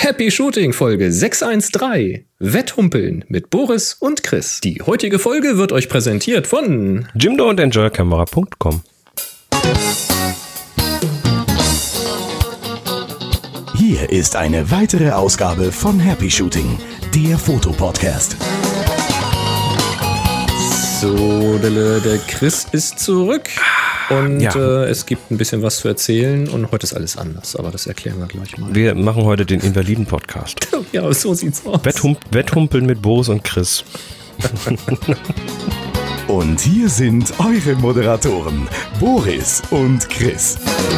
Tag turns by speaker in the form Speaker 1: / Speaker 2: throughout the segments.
Speaker 1: Happy Shooting Folge 613. Wetthumpeln mit Boris und Chris. Die heutige Folge wird euch präsentiert von
Speaker 2: Jimdo und EnjoyCamera.com.
Speaker 3: Hier ist eine weitere Ausgabe von Happy Shooting, der Fotopodcast.
Speaker 1: So, der Chris ist zurück und es gibt ein bisschen was zu erzählen und heute ist alles anders, aber das erklären wir gleich mal.
Speaker 2: Wir machen heute den Invaliden-Podcast.
Speaker 1: Ja, so sieht's aus.
Speaker 2: Wetthumpeln mit Boris und Chris.
Speaker 3: Und hier sind eure Moderatoren, Boris und Chris.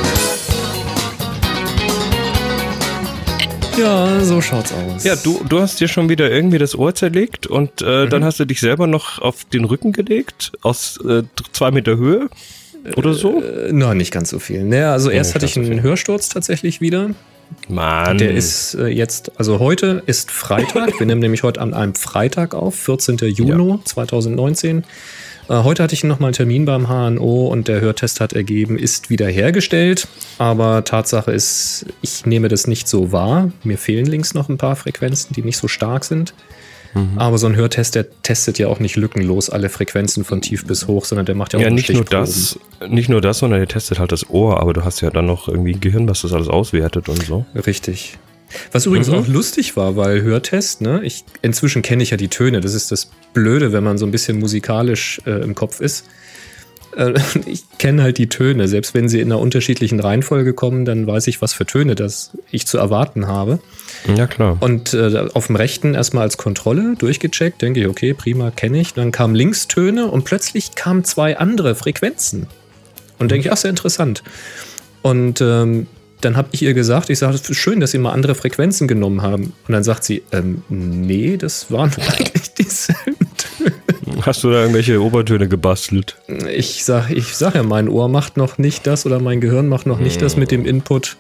Speaker 1: Ja, so schaut's aus.
Speaker 2: Ja, du hast dir schon wieder irgendwie das Ohr zerlegt und dann hast du dich selber noch auf den Rücken gelegt, aus 2 Meter Höhe oder so?
Speaker 1: Nein, nicht ganz so viel. Naja, also erst hatte ich einen Hörsturz tatsächlich wieder.
Speaker 2: Mann.
Speaker 1: Der ist jetzt, also heute ist Freitag. Wir nehmen nämlich heute an einem Freitag auf, 14. Juni 2019. Heute hatte ich nochmal einen Termin beim HNO und der Hörtest hat ergeben, ist wiederhergestellt. Aber Tatsache ist, ich nehme das nicht so wahr. Mir fehlen links noch ein paar Frequenzen, die nicht so stark sind. Aber so ein Hörtest, der testet ja auch nicht lückenlos alle Frequenzen von tief bis hoch, sondern der macht ja auch
Speaker 2: nicht nur das, sondern der testet halt das Ohr, aber du hast ja dann noch irgendwie ein Gehirn, was das alles auswertet und so.
Speaker 1: Richtig. Was übrigens auch lustig war, weil Hörtest, ne, inzwischen kenne ich ja die Töne, das ist das Blöde, wenn man so ein bisschen musikalisch im Kopf ist. Ich kenne halt die Töne, selbst wenn sie in einer unterschiedlichen Reihenfolge kommen, dann weiß ich, was für Töne das ich zu erwarten habe.
Speaker 2: Ja, klar.
Speaker 1: Und auf dem rechten erstmal als Kontrolle durchgecheckt, denke ich, okay, prima, kenne ich. Dann kamen Linkstöne und plötzlich kamen 2 andere Frequenzen. Und denke ich, ach, sehr interessant. Und dann habe ich ihr gesagt, ich sage, es ist schön, dass Sie mal andere Frequenzen genommen haben. Und dann sagt sie, nee, das waren eigentlich dieselben Töne.
Speaker 2: Hast du da irgendwelche Obertöne gebastelt?
Speaker 1: Ich sag ja, mein Ohr macht noch nicht das oder mein Gehirn macht noch nicht das mit dem Input,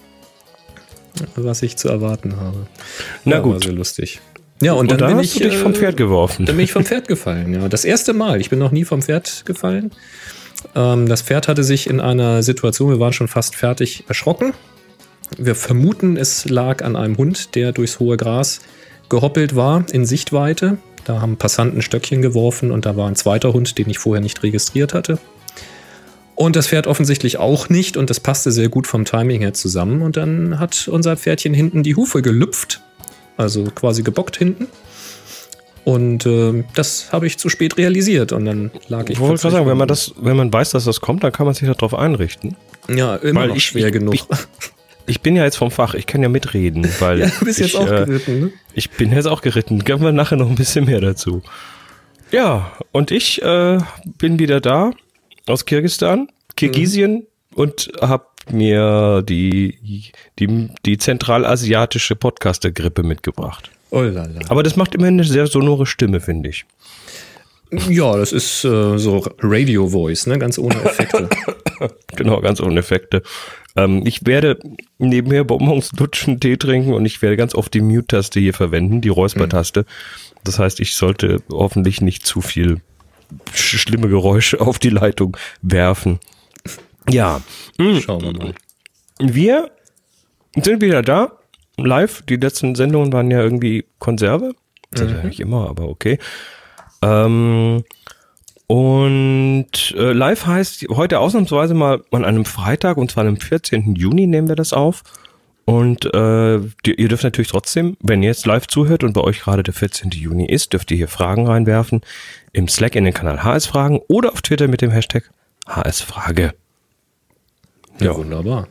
Speaker 1: was ich zu erwarten habe.
Speaker 2: Na
Speaker 1: ja,
Speaker 2: gut.
Speaker 1: War sehr lustig. Ja, und dann bin
Speaker 2: hast du dich vom Pferd geworfen.
Speaker 1: Dann bin ich vom Pferd gefallen, ja. Das erste Mal. Ich bin noch nie vom Pferd gefallen. Das Pferd hatte sich in einer Situation, wir waren schon fast fertig, erschrocken. Wir vermuten, es lag an einem Hund, der durchs hohe Gras gehoppelt war in Sichtweite. Da haben Passanten Stöckchen geworfen und da war ein zweiter Hund, den ich vorher nicht registriert hatte. Und das Pferd offensichtlich auch nicht und das passte sehr gut vom Timing her zusammen. Und dann hat unser Pferdchen hinten die Hufe gelüpft, also quasi gebockt hinten. Und das habe ich zu spät realisiert und dann lag ich.
Speaker 2: Ich wollte gerade sagen, wenn man weiß, dass das kommt, dann kann man sich darauf einrichten.
Speaker 1: Ja, immer noch schwer genug.
Speaker 2: Ich bin ja jetzt vom Fach, ich kann ja mitreden, weil
Speaker 1: ja, du bist jetzt auch geritten, ne?
Speaker 2: Ich bin jetzt auch geritten, geben wir nachher noch ein bisschen mehr dazu. Ja, und ich bin wieder da aus Kirgisien und habe mir die zentralasiatische Podcaster-Grippe mitgebracht.
Speaker 1: Oh lala.
Speaker 2: Aber das macht immerhin eine sehr sonore Stimme, finde ich.
Speaker 1: Ja, das ist so Radio-Voice, ne? Ganz ohne Effekte.
Speaker 2: Genau, ganz ohne Effekte. Ich werde nebenher Bonbons lutschen, Tee trinken und ich werde ganz oft die Mute-Taste hier verwenden, die Räusper-Taste. Das heißt, ich sollte hoffentlich nicht zu viel schlimme Geräusche auf die Leitung werfen. Ja.
Speaker 1: Schauen wir mal. Wir
Speaker 2: sind wieder da, live. Die letzten Sendungen waren ja irgendwie Konserve. Das ist ja nicht immer, aber okay. Und live heißt heute ausnahmsweise mal an einem Freitag, und zwar am 14. Juni nehmen wir das auf. Und ihr dürft natürlich trotzdem, wenn ihr jetzt live zuhört und bei euch gerade der 14. Juni ist, dürft ihr hier Fragen reinwerfen im Slack in den Kanal HS Fragen oder auf Twitter mit dem Hashtag HS Frage.
Speaker 1: Ja, wunderbar.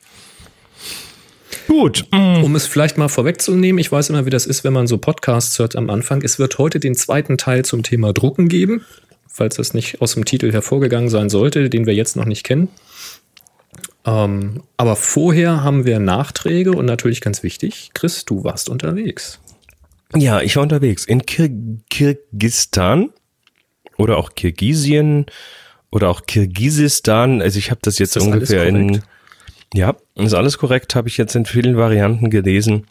Speaker 2: Gut.
Speaker 1: Um es vielleicht mal vorwegzunehmen, ich weiß immer, wie das ist, wenn man so Podcasts hört am Anfang. Es wird heute den zweiten Teil zum Thema Drucken geben, falls das nicht aus dem Titel hervorgegangen sein sollte, den wir jetzt noch nicht kennen. Aber vorher haben wir Nachträge und natürlich ganz wichtig, Chris, du warst unterwegs.
Speaker 2: Ja, ich war unterwegs in Kirgisistan oder auch Kirgisien oder auch Kirgisistan. Also ich habe das jetzt ungefähr in... Ja, ist alles korrekt, habe ich jetzt in vielen Varianten gelesen.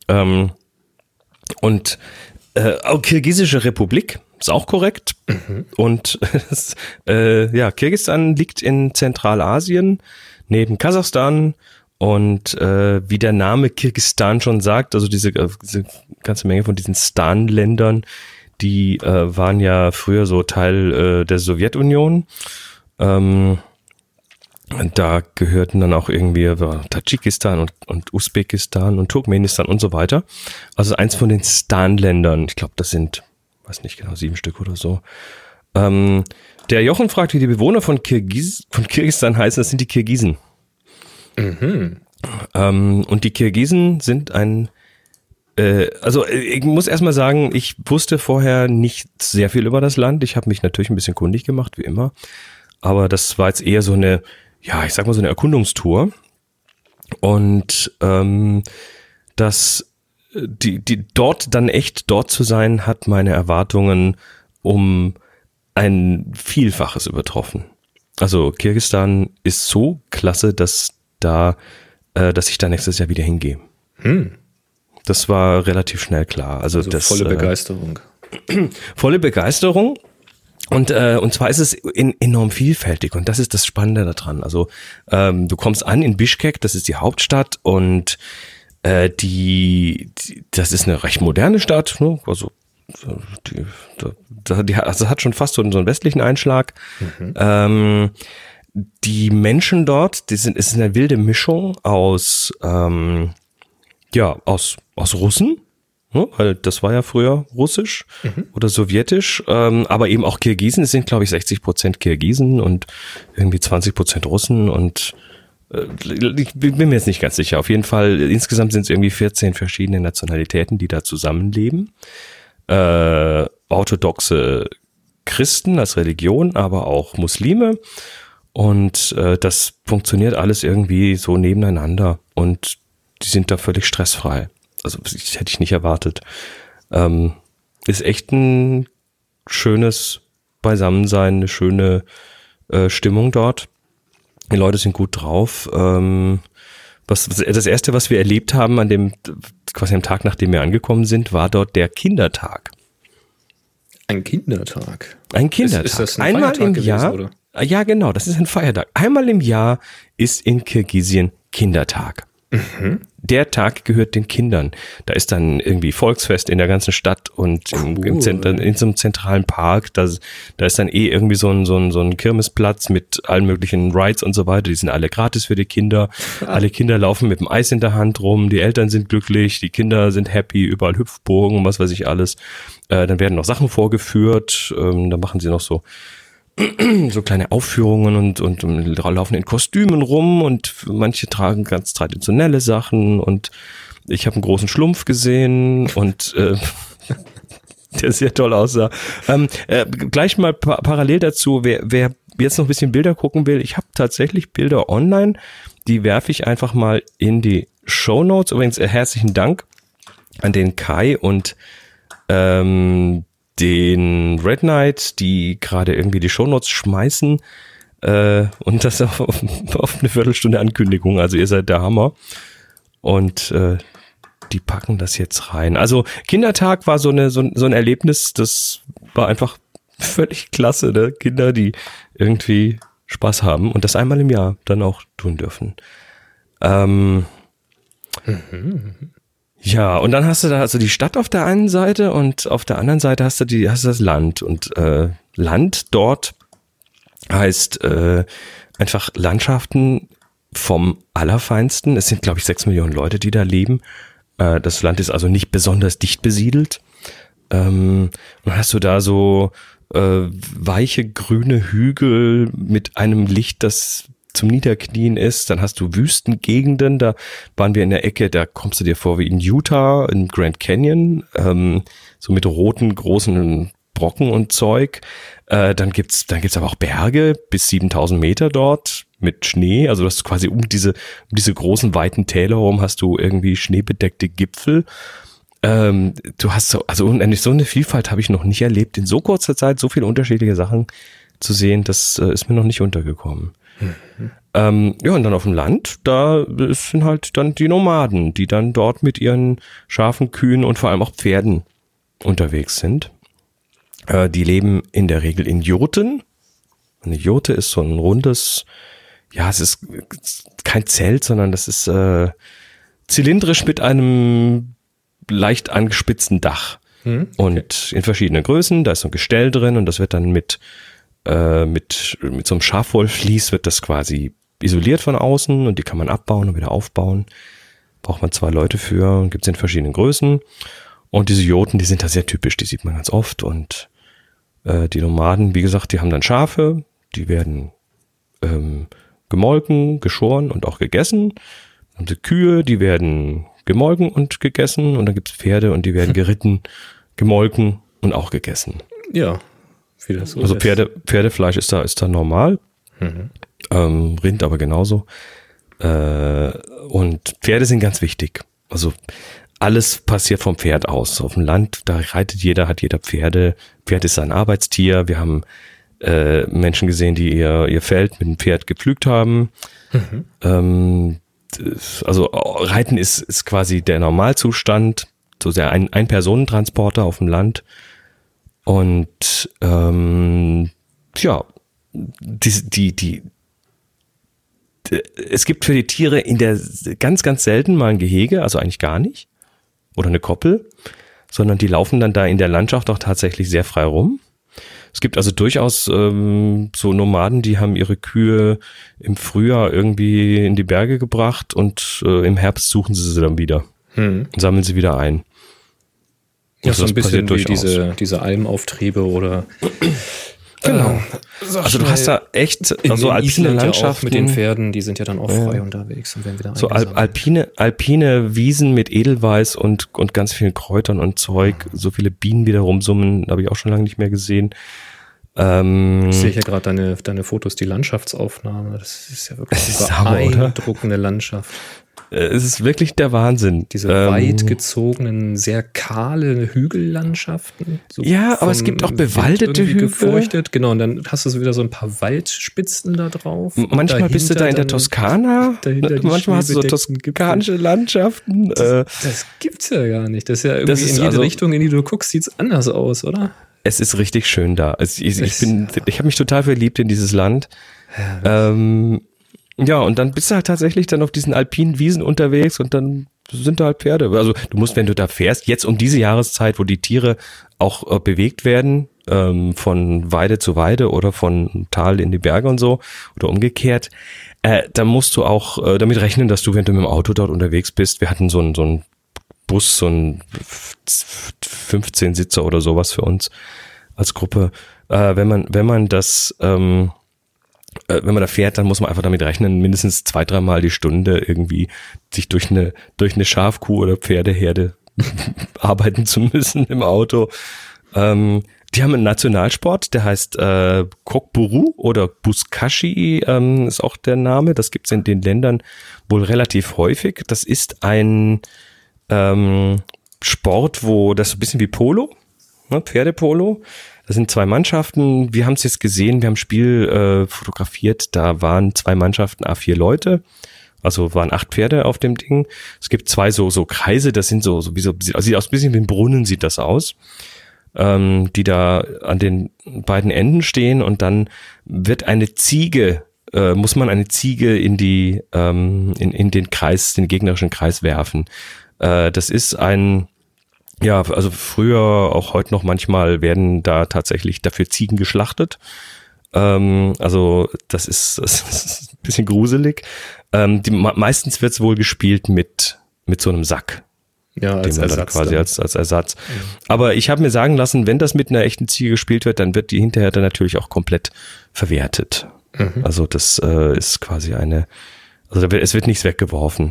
Speaker 2: Und auch Kirgisische Republik ist auch korrekt. Und Kirgisistan liegt in Zentralasien neben Kasachstan Und wie der Name Kirgisistan schon sagt, also diese ganze Menge von diesen Stan-Ländern, die waren ja früher so Teil der Sowjetunion. Da gehörten dann auch irgendwie Tadschikistan und Usbekistan und Turkmenistan und so weiter. Also eins von den Stan-Ländern. Ich glaube, das sind, weiß nicht genau, 7 Stück oder so. Der Jochen fragt, wie die Bewohner von Kirgisistan heißen. Das sind die Kirgisen. Mhm. Und die Kirgisen sind also ich muss erstmal sagen, ich wusste vorher nicht sehr viel über das Land. Ich habe mich natürlich ein bisschen kundig gemacht, wie immer. Aber das war jetzt eher so eine, ja, ich sag mal so eine Erkundungstour. Und dort zu sein, hat meine Erwartungen um ein Vielfaches übertroffen. Also Kirgisistan ist so klasse, dass ich da nächstes Jahr wieder hingehe. Das war relativ schnell klar. Also
Speaker 1: volle Begeisterung.
Speaker 2: Volle Begeisterung. Und zwar ist es enorm vielfältig und das ist das Spannende daran. Also du kommst an in Bischkek, das ist die Hauptstadt und das ist eine recht moderne Stadt, ne? Also das hat schon fast so einen westlichen Einschlag. Mhm. Die Menschen dort, es ist eine wilde Mischung aus Russen, ne? Weil das war ja früher russisch oder sowjetisch, aber eben auch Kirgisen. Es sind, glaube ich, 60% Kirgisen und irgendwie 20% Russen und ich bin mir jetzt nicht ganz sicher. Auf jeden Fall, insgesamt sind es irgendwie 14 verschiedene Nationalitäten, die da zusammenleben. Orthodoxe Christen als Religion, aber auch Muslime. Und das funktioniert alles irgendwie so nebeneinander und die sind da völlig stressfrei. Also das hätte ich nicht erwartet. Ist echt ein schönes Beisammensein, eine schöne Stimmung dort. Die Leute sind gut drauf. Das Erste, was wir erlebt haben quasi am Tag, nachdem wir angekommen sind, war dort der Kindertag.
Speaker 1: Ein Kindertag?
Speaker 2: Ein Kindertag.
Speaker 1: Ist das ein Feiertag gewesen,
Speaker 2: Jahr,
Speaker 1: oder?
Speaker 2: Ja, genau, das ist ein Feiertag. Einmal im Jahr ist in Kirgisien Kindertag. Mhm. Der Tag gehört den Kindern. Da ist dann irgendwie Volksfest in der ganzen Stadt und in so einem zentralen Park. Da ist dann irgendwie so ein Kirmesplatz mit allen möglichen Rides und so weiter. Die sind alle gratis für die Kinder. Alle Kinder laufen mit dem Eis in der Hand rum. Die Eltern sind glücklich. Die Kinder sind happy. Überall Hüpfburgen und was weiß ich alles. Dann werden noch Sachen vorgeführt. Dann machen sie noch so kleine Aufführungen und laufen in Kostümen rum und manche tragen ganz traditionelle Sachen und ich habe einen großen Schlumpf gesehen und der sehr toll aussah. Gleich mal parallel dazu, wer jetzt noch ein bisschen Bilder gucken will, ich habe tatsächlich Bilder online, die werfe ich einfach mal in die Shownotes. Übrigens herzlichen Dank an den Kai und den Red Knight, die gerade irgendwie die Shownotes schmeißen und das auf eine Viertelstunde Ankündigung. Also ihr seid der Hammer. Und die packen das jetzt rein. Also Kindertag war so ein Erlebnis, das war einfach völlig klasse. Ne? Kinder, die irgendwie Spaß haben und das einmal im Jahr dann auch tun dürfen. Ja, und dann hast du da also die Stadt auf der einen Seite und auf der anderen Seite hast du das Land. Und Land dort heißt einfach Landschaften vom Allerfeinsten. Es sind, glaube ich, 6 Millionen Leute, die da leben. Das Land ist also nicht besonders dicht besiedelt. Und dann hast du da so weiche grüne Hügel mit einem Licht, das zum Niederknien ist, dann hast du Wüstengegenden, da waren wir in der Ecke, da kommst du dir vor wie in Utah, in Grand Canyon, so mit roten, großen Brocken und Zeug. Dann gibt's aber auch Berge bis 7000 Meter dort mit Schnee, also du hast quasi um diese großen, weiten Täler herum hast du irgendwie schneebedeckte Gipfel. Du hast also unendlich so eine Vielfalt habe ich noch nicht erlebt, in so kurzer Zeit so viele unterschiedliche Sachen zu sehen, das ist mir noch nicht untergekommen. Ja, und dann auf dem Land, da sind halt dann die Nomaden, die dann dort mit ihren Schafen, Kühen und vor allem auch Pferden unterwegs sind. Die leben in der Regel in Jurten. Eine Jurte ist so ein rundes, es ist kein Zelt, sondern das ist zylindrisch mit einem leicht angespitzten Dach. Und in verschiedenen Größen, da ist so ein Gestell drin und das wird dann mit so einem Schafwollvlies wird das quasi isoliert von außen und die kann man abbauen und wieder aufbauen. Braucht man 2 Leute für und gibt es in verschiedenen Größen. Und diese Joten, die sind da sehr typisch, die sieht man ganz oft. Und die Nomaden, wie gesagt, die haben dann Schafe, die werden gemolken, geschoren und auch gegessen. Dann haben sie Kühe, die werden gemolken und gegessen. Und dann gibt es Pferde und die werden geritten, gemolken und auch gegessen.
Speaker 1: Ja, wie das so
Speaker 2: also
Speaker 1: ist.
Speaker 2: Pferdefleisch ist da normal. Rind aber genauso. Und Pferde sind ganz wichtig. Also alles passiert vom Pferd aus. Auf dem Land, da reitet jeder, hat jeder Pferde. Pferd ist sein Arbeitstier. Wir haben Menschen gesehen, die ihr Feld mit dem Pferd gepflügt haben. Also Reiten ist quasi der Normalzustand, so der Ein-Personen-Transporter auf dem Land. Und es gibt für die Tiere in der ganz, ganz selten mal ein Gehege, also eigentlich gar nicht, oder eine Koppel, sondern die laufen dann da in der Landschaft auch tatsächlich sehr frei rum. Es gibt also durchaus so Nomaden, die haben ihre Kühe im Frühjahr irgendwie in die Berge gebracht und im Herbst suchen sie dann wieder und sammeln sie wieder ein.
Speaker 1: Ja, so
Speaker 2: das
Speaker 1: ein bisschen
Speaker 2: passiert
Speaker 1: wie diese Almauftriebe oder
Speaker 2: Genau. Also du hast da echt so alpine Landschaften.
Speaker 1: mit den Pferden, die sind ja dann auch frei unterwegs und werden wieder
Speaker 2: so
Speaker 1: eingesammelt.
Speaker 2: alpine Wiesen mit Edelweiß und ganz vielen Kräutern und Zeug. So viele Bienen wieder rumsummen, habe ich auch schon lange nicht mehr gesehen.
Speaker 1: Ich sehe ja gerade deine Fotos, die Landschaftsaufnahme. Das ist ja wirklich eine beeindruckende Landschaft.
Speaker 2: Es ist wirklich der Wahnsinn.
Speaker 1: Diese weit gezogenen, sehr kahle Hügellandschaften. So
Speaker 2: ja, aber es gibt auch bewaldete Hügel.
Speaker 1: Gefeuchtet. Genau, und dann hast du so wieder so ein paar Waldspitzen da drauf.
Speaker 2: Manchmal bist du da in der Toskana. Manchmal hast du so toskanische Landschaften.
Speaker 1: Das gibt's ja gar nicht. Das ist ja irgendwie in jede Richtung, in die du guckst, sieht's anders aus, oder?
Speaker 2: Es ist richtig schön da. Also ich habe mich total verliebt in dieses Land. Ja, und dann bist du halt tatsächlich dann auf diesen alpinen Wiesen unterwegs und dann sind da halt Pferde. Also du musst, wenn du da fährst, jetzt um diese Jahreszeit, wo die Tiere auch bewegt werden, von Weide zu Weide oder von Tal in die Berge und so oder umgekehrt, da musst du auch damit rechnen, dass du, wenn du mit dem Auto dort unterwegs bist, wir hatten so einen Bus, so ein 15-Sitzer oder sowas für uns als Gruppe. Wenn man da fährt, dann muss man einfach damit rechnen, mindestens 2-3 Mal die Stunde irgendwie sich durch eine Schafkuh oder Pferdeherde arbeiten zu müssen im Auto. Die haben einen Nationalsport, der heißt Kokburu oder Buzkashi ist auch der Name. Das gibt's in den Ländern wohl relativ häufig. Das ist ein Sport, wo das so ein bisschen wie Polo, ne, Pferdepolo. Das sind 2 Mannschaften. Wir haben es jetzt gesehen, wir haben ein Spiel fotografiert. Da waren 2 Mannschaften, 4 Leute. Also waren 8 Pferde auf dem Ding. Es gibt 2 so Kreise, das sind so wie so, also sieht aus ein bisschen wie ein Brunnen, sieht das aus. Die da an den beiden Enden stehen und dann wird eine Ziege, muss man eine Ziege in die, in den Kreis, den gegnerischen Kreis werfen. Das ist ja, also früher, auch heute noch manchmal werden da tatsächlich dafür Ziegen geschlachtet. Also das ist ein bisschen gruselig. Meistens wird es wohl gespielt mit so einem Sack.
Speaker 1: Ja, als Ersatz.
Speaker 2: Quasi als Ersatz. Ja. Aber ich habe mir sagen lassen, wenn das mit einer echten Ziege gespielt wird, dann wird die hinterher dann natürlich auch komplett verwertet. Also das ist quasi es wird nichts weggeworfen.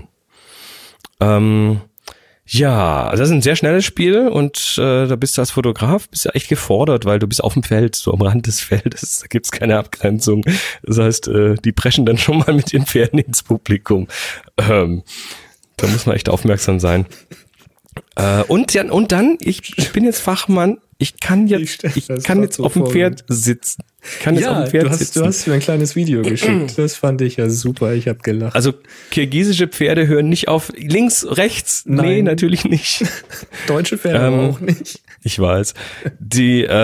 Speaker 2: Ja, also das ist ein sehr schnelles Spiel und da bist du als Fotograf bist ja echt gefordert, weil du bist auf dem Feld, so am Rand des Feldes, da gibt's keine Abgrenzung. Das heißt, die preschen dann schon mal mit ihren Pferden ins Publikum. Da muss man echt aufmerksam sein. Und dann, ich bin jetzt Fachmann, ich kann jetzt auf dem Pferd sitzen.
Speaker 1: Du hast mir ein kleines Video geschickt. Das fand ich ja super. Ich habe gelacht.
Speaker 2: Also kirgisische Pferde hören nicht auf links, rechts. Nein. Nee, natürlich nicht.
Speaker 1: Deutsche Pferde auch nicht.
Speaker 2: Ich weiß.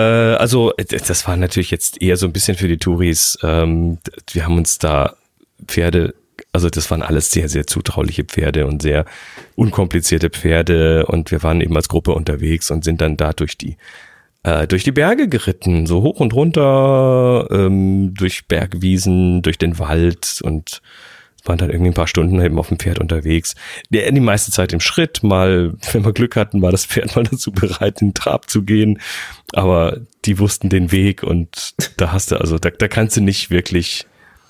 Speaker 2: Also das war natürlich jetzt eher so ein bisschen für die Touris. Wir haben uns da Pferde, also das waren alles sehr, sehr zutrauliche Pferde und sehr unkomplizierte Pferde und wir waren eben als Gruppe unterwegs und sind dann da durch die Berge geritten, so hoch und runter, durch Bergwiesen, durch den Wald und waren dann irgendwie ein paar Stunden eben auf dem Pferd unterwegs. Die meiste Zeit im Schritt, mal, wenn wir Glück hatten, war das Pferd mal dazu bereit, in den Trab zu gehen. Aber die wussten den Weg und da hast du, also da kannst du nicht wirklich,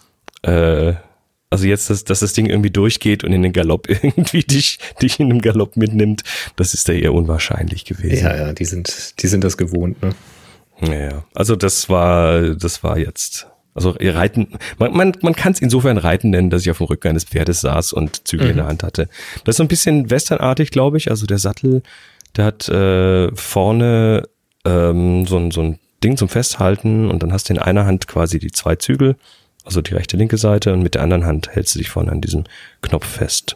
Speaker 2: also jetzt, dass das Ding irgendwie durchgeht und in den Galopp irgendwie dich in den Galopp mitnimmt, das ist da eher unwahrscheinlich gewesen.
Speaker 1: Ja, die sind das gewohnt, ne?
Speaker 2: Ja, also das war jetzt, also Reiten, man kann es insofern Reiten nennen, dass ich auf dem Rücken eines Pferdes saß und Zügel in der Hand hatte. Das ist so ein bisschen westernartig, glaube ich. Also der Sattel, der hat vorne so ein Ding zum Festhalten und dann hast du in einer Hand quasi die 2 Zügel, also die rechte, linke Seite und mit der anderen Hand hältst du dich vorne an diesem Knopf fest.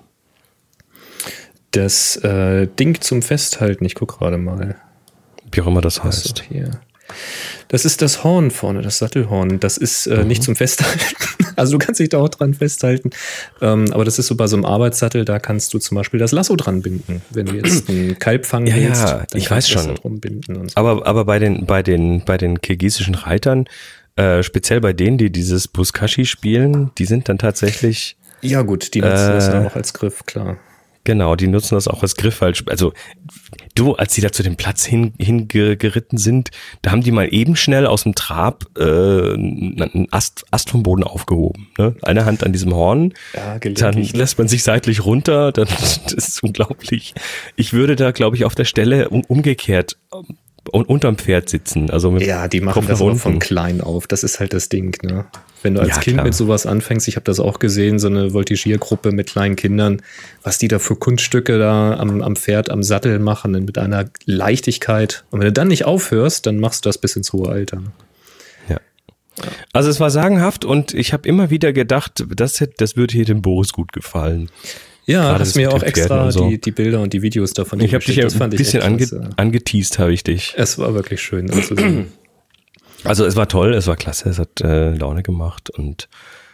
Speaker 1: Das Ding zum Festhalten, ich gucke gerade mal.
Speaker 2: Wie auch immer das heißt.
Speaker 1: So, hier. Das ist das Horn vorne, das Sattelhorn. Das ist nicht zum Festhalten. Also du kannst dich da auch dran festhalten. Aber das ist so bei so einem Arbeitssattel, da kannst du zum Beispiel das Lasso dran binden. Wenn du jetzt einen Kalb fangen willst,
Speaker 2: dann ich weiß schon.
Speaker 1: Drum binden und so.
Speaker 2: Aber bei den kirgisischen Reitern, speziell bei denen, die dieses Buzkashi spielen, die sind dann tatsächlich...
Speaker 1: Ja gut, die nutzen das ja auch als Griff, klar.
Speaker 2: Genau, die nutzen das auch als Griff, also als die da zu dem Platz hingeritten sind, da haben die mal eben schnell aus dem Trab einen Ast vom Boden aufgehoben. Ne? Eine Hand an diesem Horn,
Speaker 1: ja,
Speaker 2: dann lässt man sich seitlich runter, das ist unglaublich. Ich würde da, glaube ich, auf der Stelle umgekehrt unterm Pferd sitzen. Also mit
Speaker 1: die machen
Speaker 2: Kopf
Speaker 1: das
Speaker 2: nach
Speaker 1: auch
Speaker 2: unten.
Speaker 1: von klein auf. Das ist halt das Ding, ne? Wenn du als
Speaker 2: Ja,
Speaker 1: Kind
Speaker 2: klar.
Speaker 1: mit sowas anfängst, ich habe das auch gesehen, so eine Voltigiergruppe mit kleinen Kindern, was die da für Kunststücke da am Pferd, am Sattel machen, mit einer Leichtigkeit. Und wenn du dann nicht aufhörst, dann machst du das bis ins hohe Alter.
Speaker 2: Ja. Also es war sagenhaft und ich habe immer wieder gedacht, das würde hier dem Boris gut gefallen.
Speaker 1: Ja,
Speaker 2: Gerade
Speaker 1: hast
Speaker 2: das
Speaker 1: mir
Speaker 2: mit
Speaker 1: auch
Speaker 2: den
Speaker 1: extra
Speaker 2: Pferden und so.
Speaker 1: die Bilder und die Videos davon
Speaker 2: Ich habe dich
Speaker 1: geschickt.
Speaker 2: ja ein bisschen angeteased, habe ich dich.
Speaker 1: Es war wirklich schön anzusehen.
Speaker 2: Also es war toll, es war klasse, es hat Laune gemacht und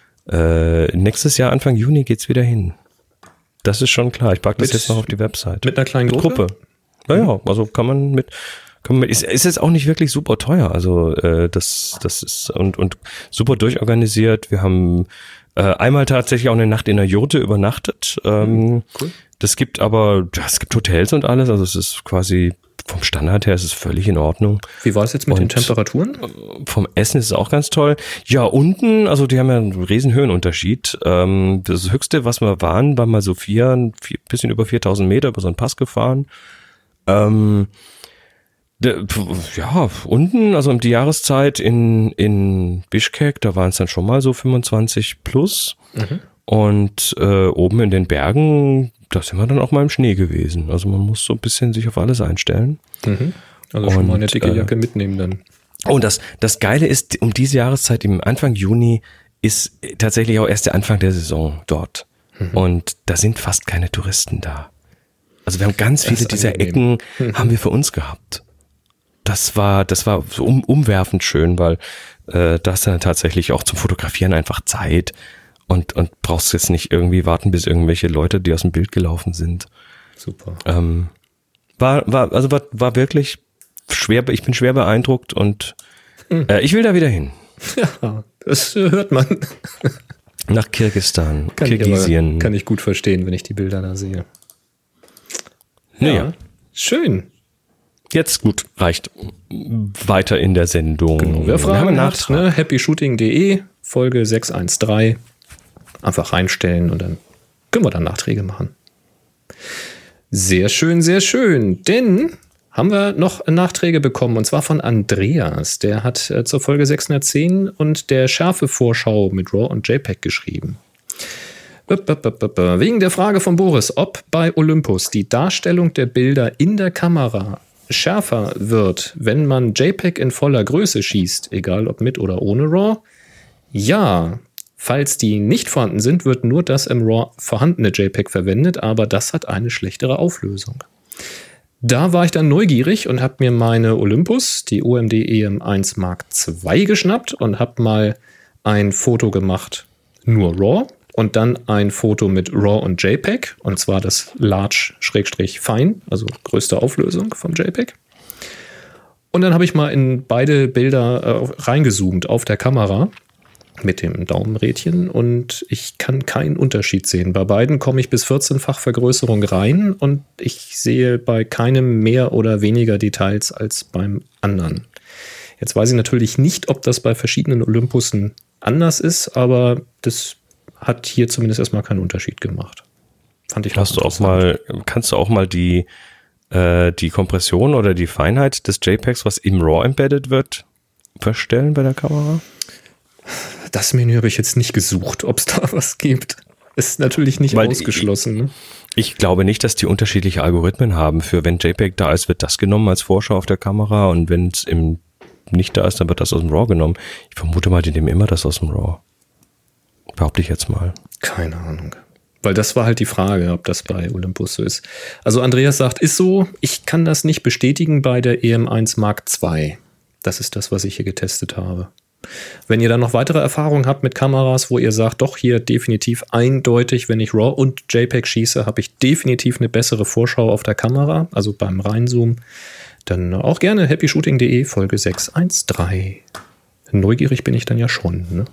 Speaker 2: nächstes Jahr, Anfang Juni, geht's wieder hin. Das ist schon klar. Ich packe das jetzt noch auf die Website.
Speaker 1: Mit einer kleinen Gruppe?
Speaker 2: Naja, also kann man mit ist jetzt auch nicht wirklich super teuer. Also das ist und super durchorganisiert. Wir haben einmal tatsächlich auch eine Nacht in der Jurte übernachtet.
Speaker 1: Cool.
Speaker 2: Es gibt Hotels und alles. Also es ist quasi vom Standard her ist es völlig in Ordnung.
Speaker 1: Wie war es jetzt mit den Temperaturen?
Speaker 2: Vom Essen ist es auch ganz toll. Ja, unten, also die haben ja einen riesen Höhenunterschied. Das Höchste, was wir waren, war mal so bisschen über 4000 Meter über so einen Pass gefahren. Unten, also um die Jahreszeit in Bischkek, da waren es dann schon mal so 25 plus. Und oben in den Bergen, da sind wir dann auch mal im Schnee gewesen. Also man muss so ein bisschen sich auf alles einstellen.
Speaker 1: Also schon mal eine dicke Jacke mitnehmen dann.
Speaker 2: Und das Geile ist, um diese Jahreszeit, im Anfang Juni, ist tatsächlich auch erst der Anfang der Saison dort. Und da sind fast keine Touristen da. Also wir haben ganz viele dieser Ecken haben wir für uns gehabt. Das war so umwerfend schön, weil da hast du dann tatsächlich auch zum Fotografieren einfach Zeit und brauchst jetzt nicht irgendwie warten, bis irgendwelche Leute, die aus dem Bild gelaufen sind.
Speaker 1: Super.
Speaker 2: War wirklich schwer, ich bin schwer beeindruckt und ich will da wieder hin.
Speaker 1: Ja, das hört man.
Speaker 2: Nach Kirgisistan, Kirgisien.
Speaker 1: Kann ich gut verstehen, wenn ich die Bilder da sehe.
Speaker 2: Ja.
Speaker 1: Schön.
Speaker 2: Jetzt gut, reicht. Weiter in der Sendung.
Speaker 1: Genau, wer Fragen hat, ne, happyshooting.de, Folge 613. Einfach reinstellen und dann können wir dann Nachträge machen. Sehr schön, sehr schön. Denn haben wir noch Nachträge bekommen, und zwar von Andreas. Der hat zur Folge 610 und der Schärfe-Vorschau mit RAW und JPEG geschrieben. Wegen der Frage von Boris, ob bei Olympus die Darstellung der Bilder in der Kamera schärfer wird, wenn man JPEG in voller Größe schießt, egal ob mit oder ohne RAW. Ja, falls die nicht vorhanden sind, wird nur das im RAW vorhandene JPEG verwendet, aber das hat eine schlechtere Auflösung. Da war ich dann neugierig und habe mir meine Olympus, die OMD EM1 Mark II, geschnappt und habe mal ein Foto gemacht, nur RAW. und dann ein Foto mit RAW und JPEG, und zwar das Large-Fine, also größte Auflösung vom JPEG. Und dann habe ich mal in beide Bilder reingezoomt auf der Kamera mit dem Daumenrädchen und ich kann keinen Unterschied sehen. Bei beiden komme ich bis 14-fach Vergrößerung rein und ich sehe bei keinem mehr oder weniger Details als beim anderen. Jetzt weiß ich natürlich nicht, ob das bei verschiedenen Olympussen anders ist, aber das hat hier zumindest erstmal keinen Unterschied gemacht. Fand ich
Speaker 2: kannst du auch mal die Kompression oder die Feinheit des JPEGs, was im RAW embedded wird, verstellen bei der Kamera?
Speaker 1: Das Menü habe ich jetzt nicht gesucht, ob es da was gibt. Ist natürlich nicht ausgeschlossen. Ne?
Speaker 2: Ich glaube nicht, dass die unterschiedliche Algorithmen haben. Für wenn JPEG da ist, wird das genommen als Vorschau auf der Kamera und wenn es nicht da ist, dann wird das aus dem RAW genommen. Ich vermute mal, die nehmen immer das aus dem RAW. Behaupte ich jetzt mal.
Speaker 1: Keine Ahnung. Weil das war halt die Frage, ob das bei Olympus so ist. Also Andreas sagt, ist so. Ich kann das nicht bestätigen bei der EM1 Mark II. Das ist das, was ich hier getestet habe. Wenn ihr dann noch weitere Erfahrungen habt mit Kameras, wo ihr sagt, doch hier definitiv eindeutig, wenn ich RAW und JPEG schieße, habe ich definitiv eine bessere Vorschau auf der Kamera, also beim Reinzoomen, dann auch gerne happyshooting.de Folge 613. Neugierig bin ich dann ja schon, ne?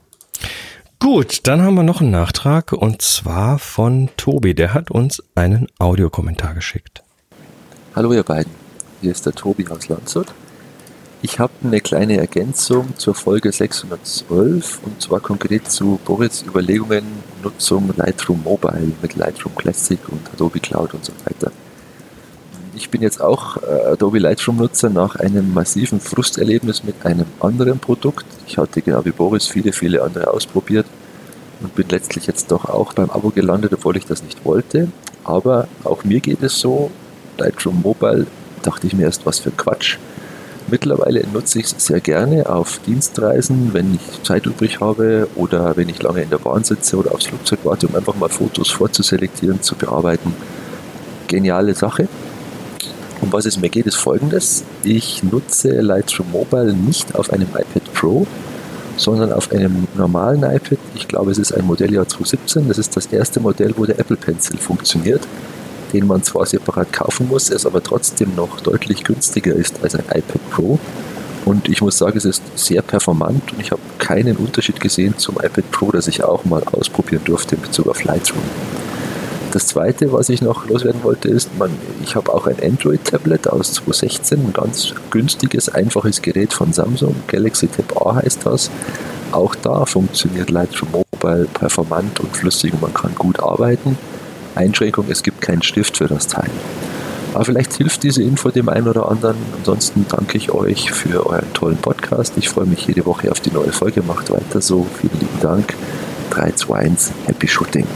Speaker 2: Gut, dann haben wir noch einen Nachtrag und zwar von Tobi. Der hat uns einen Audiokommentar geschickt.
Speaker 4: Hallo ihr beiden, hier ist der Tobi aus Landshut. Ich habe eine kleine Ergänzung zur Folge 612 und zwar konkret zu Boris' Überlegungen Nutzung Lightroom Mobile mit Lightroom Classic und Adobe Cloud und so weiter. Ich bin jetzt auch Adobe Lightroom Nutzer nach einem massiven Frusterlebnis mit einem anderen Produkt. Ich hatte genau wie Boris viele andere ausprobiert und bin letztlich jetzt doch auch beim Abo gelandet, obwohl ich das nicht wollte. Aber auch mir geht es so, Lightroom Mobile dachte ich mir erst, was für Quatsch. Mittlerweile nutze ich es sehr gerne auf Dienstreisen, wenn ich Zeit übrig habe oder wenn ich lange in der Bahn sitze oder aufs Flugzeug warte, um einfach mal Fotos vorzuselektieren, zu bearbeiten. Geniale Sache. Um was es mir geht, ist Folgendes. Ich nutze Lightroom Mobile nicht auf einem iPad Pro, sondern auf einem normalen iPad. Ich glaube, es ist ein Modelljahr 2017. Das ist das erste Modell, wo der Apple Pencil funktioniert, den man zwar separat kaufen muss, es aber trotzdem noch deutlich günstiger ist als ein iPad Pro. Und ich muss sagen, es ist sehr performant und ich habe keinen Unterschied gesehen zum iPad Pro, das ich auch mal ausprobieren durfte in Bezug auf Lightroom. Das zweite, was ich noch loswerden wollte, ist, ich habe auch ein Android-Tablet aus 2016, ein ganz günstiges, einfaches Gerät von Samsung, Galaxy Tab A heißt das. Auch da funktioniert Lightroom Mobile performant und flüssig und man kann gut arbeiten. Einschränkung, es gibt keinen Stift für das Teil. Aber vielleicht hilft diese Info dem einen oder anderen. Ansonsten danke ich euch für euren tollen Podcast. Ich freue mich jede Woche auf die neue Folge. Macht weiter so. Vielen lieben Dank. 3, 2, 1. Happy Shooting.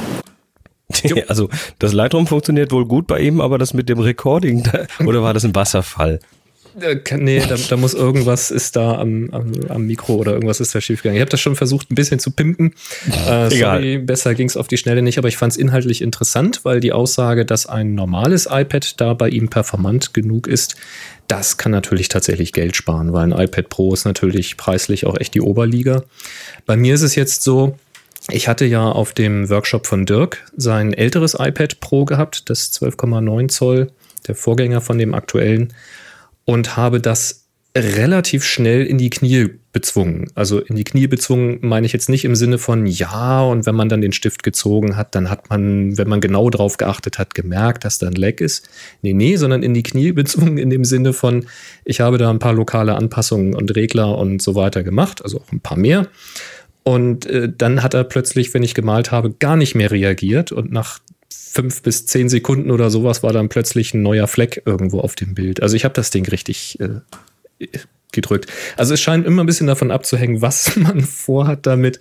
Speaker 2: Also das Lightroom funktioniert wohl gut bei ihm, aber das mit dem Recording, oder war das ein Wasserfall?
Speaker 1: Nee, da muss irgendwas ist da am Mikro oder irgendwas ist da schief gegangen. Ich habe das schon versucht, ein bisschen zu pimpen. Sorry, besser ging es auf die Schnelle nicht, aber ich fand es inhaltlich interessant, weil die Aussage, dass ein normales iPad da bei ihm performant genug ist, das kann natürlich tatsächlich Geld sparen, weil ein iPad Pro ist natürlich preislich auch echt die Oberliga. Bei mir ist es jetzt so, ich hatte ja auf dem Workshop von Dirk sein älteres iPad Pro gehabt, das 12,9 Zoll, der Vorgänger von dem aktuellen, und habe das relativ schnell in die Knie bezwungen. Also in die Knie bezwungen meine ich jetzt nicht im Sinne von ja, und wenn man dann den Stift gezogen hat, dann hat man, wenn man genau drauf geachtet hat, gemerkt, dass da ein Lag ist. Nee, sondern in die Knie bezwungen in dem Sinne von, ich habe da ein paar lokale Anpassungen und Regler und so weiter gemacht, also auch ein paar mehr. Und dann hat er plötzlich, wenn ich gemalt habe, gar nicht mehr reagiert und nach 5 bis 10 Sekunden oder sowas war dann plötzlich ein neuer Fleck irgendwo auf dem Bild. Also ich habe das Ding richtig gedrückt. Also es scheint immer ein bisschen davon abzuhängen, was man vorhat damit.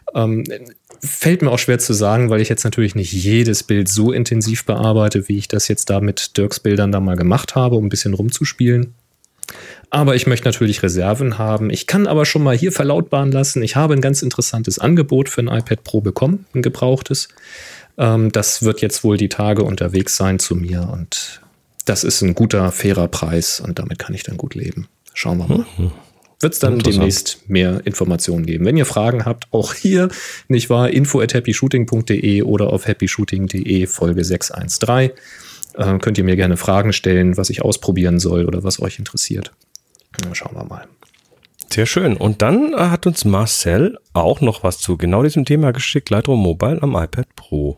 Speaker 1: Fällt mir auch schwer zu sagen, weil ich jetzt natürlich nicht jedes Bild so intensiv bearbeite, wie ich das jetzt da mit Dirks Bildern da mal gemacht habe, um ein bisschen rumzuspielen. Aber ich möchte natürlich Reserven haben. Ich kann aber schon mal hier verlautbaren lassen, ich habe ein ganz interessantes Angebot für ein iPad Pro bekommen, ein gebrauchtes. Das wird jetzt wohl die Tage unterwegs sein zu mir und das ist ein guter, fairer Preis und damit kann ich dann gut leben. Schauen wir mal. wird es dann demnächst mehr Informationen geben. Wenn ihr Fragen habt, auch hier, nicht wahr, info@happyshooting.de oder auf happyshooting.de Folge 613. Könnt ihr mir gerne Fragen stellen, was ich ausprobieren soll oder was euch interessiert. Na, schauen wir mal.
Speaker 2: Sehr schön. Und dann hat uns Marcel auch noch was zu genau diesem Thema geschickt. Lightroom Mobile am iPad Pro.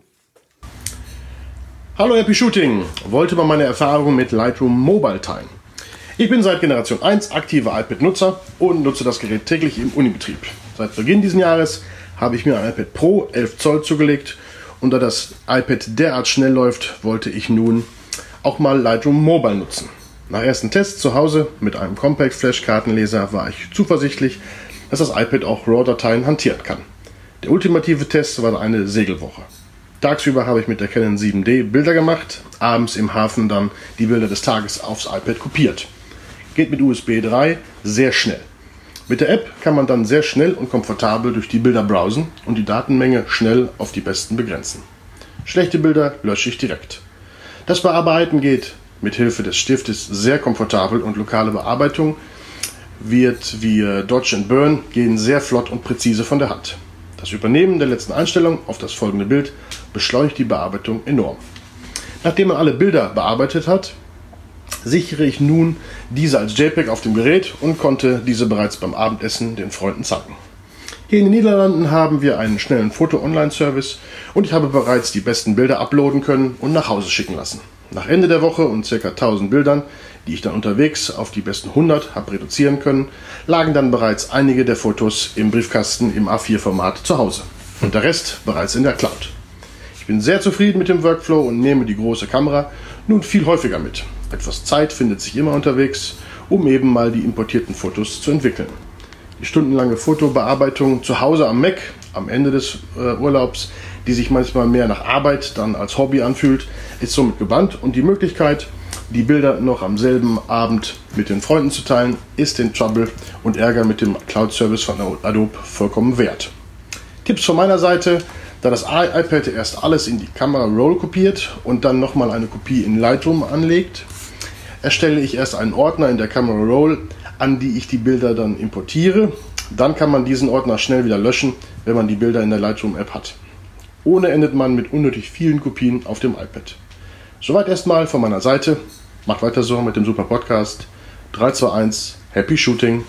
Speaker 5: Hallo Happy Shooting. Wollte mal meine Erfahrungen mit Lightroom Mobile teilen. Ich bin seit Generation 1 aktiver iPad-Nutzer und nutze das Gerät täglich im Unibetrieb. Seit Beginn dieses Jahres habe ich mir ein iPad Pro 11 Zoll zugelegt und da das iPad derart schnell läuft, wollte ich nun auch mal Lightroom Mobile nutzen. Nach ersten Tests zu Hause mit einem Compact Flash Kartenleser war ich zuversichtlich, dass das iPad auch RAW-Dateien hantieren kann. Der ultimative Test war eine Segelwoche. Tagsüber habe ich mit der Canon 7D Bilder gemacht, abends im Hafen dann die Bilder des Tages aufs iPad kopiert. Geht mit USB 3 sehr schnell. Mit der App kann man dann sehr schnell und komfortabel durch die Bilder browsen und die Datenmenge schnell auf die besten begrenzen. Schlechte Bilder lösche ich direkt. Das Bearbeiten geht mit Hilfe des Stiftes sehr komfortabel und lokale Bearbeitung wird wie Dodge and Burn gehen sehr flott und präzise von der Hand. Das Übernehmen der letzten Einstellung auf das folgende Bild beschleunigt die Bearbeitung enorm. Nachdem man alle Bilder bearbeitet hat, sichere ich nun diese als JPEG auf dem Gerät und konnte diese bereits beim Abendessen den Freunden zeigen. Hier in den Niederlanden haben wir einen schnellen Foto-Online-Service und ich habe bereits die besten Bilder uploaden können und nach Hause schicken lassen. Nach Ende der Woche und ca. 1000 Bildern, die ich dann unterwegs auf die besten 100 habe reduzieren können, lagen dann bereits einige der Fotos im Briefkasten im A4-Format zu Hause und der Rest bereits in der Cloud. Ich bin sehr zufrieden mit dem Workflow und nehme die große Kamera nun viel häufiger mit. Etwas Zeit findet sich immer unterwegs, um eben mal die importierten Fotos zu entwickeln. Die stundenlange Fotobearbeitung zu Hause am Mac am Ende des Urlaubs, die sich manchmal mehr nach Arbeit dann als Hobby anfühlt, ist somit gebannt und die Möglichkeit, die Bilder noch am selben Abend mit den Freunden zu teilen, ist den Trouble und Ärger mit dem Cloud-Service von Adobe vollkommen wert. Tipps von meiner Seite: Da das iPad erst alles in die Camera Roll kopiert und dann nochmal eine Kopie in Lightroom anlegt, erstelle ich erst einen Ordner in der Camera Roll, an die ich die Bilder dann importiere. Dann kann man diesen Ordner schnell wieder löschen, wenn man die Bilder in der Lightroom-App hat. Ohne endet man mit unnötig vielen Kopien auf dem iPad. Soweit erstmal von meiner Seite. Macht weiter so mit dem super Podcast. 3, 2, 1, Happy Shooting.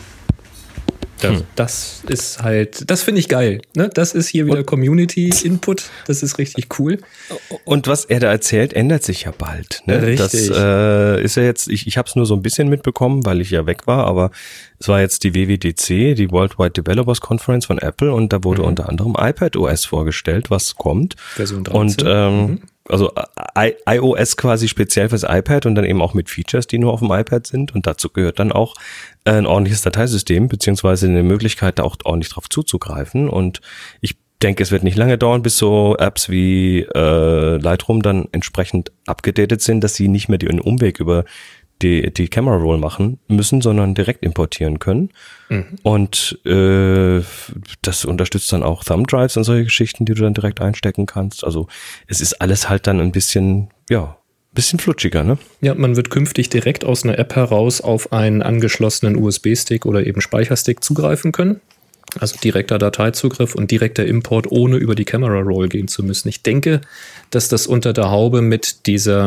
Speaker 1: Das ist halt, das finde ich geil. Ne? Das ist hier wieder Community-Input. Das ist richtig cool.
Speaker 2: Und was er da erzählt, ändert sich ja bald. Ne?
Speaker 1: Richtig.
Speaker 2: Das ist ja jetzt, ich habe es nur so ein bisschen mitbekommen, weil ich ja weg war, aber es war jetzt die WWDC, die Worldwide Developers Conference von Apple, und da wurde unter anderem iPadOS vorgestellt, was kommt.
Speaker 1: Version 13.
Speaker 2: Und also iOS quasi speziell fürs iPad und dann eben auch mit Features, die nur auf dem iPad sind, und dazu gehört dann auch ein ordentliches Dateisystem, beziehungsweise eine Möglichkeit, da auch ordentlich drauf zuzugreifen. Und ich denke, es wird nicht lange dauern, bis so Apps wie Lightroom dann entsprechend abgedatet sind, dass sie nicht mehr den Umweg über die Camera Roll machen müssen, sondern direkt importieren können. Und das unterstützt dann auch Thumb Drives und solche Geschichten, die du dann direkt einstecken kannst. Also es ist alles halt dann ein bisschen flutschiger, ne?
Speaker 1: Ja, man wird künftig direkt aus einer App heraus auf einen angeschlossenen USB-Stick oder eben Speicherstick zugreifen können. Also direkter Dateizugriff und direkter Import, ohne über die Camera Roll gehen zu müssen. Ich denke, dass das unter der Haube mit dieser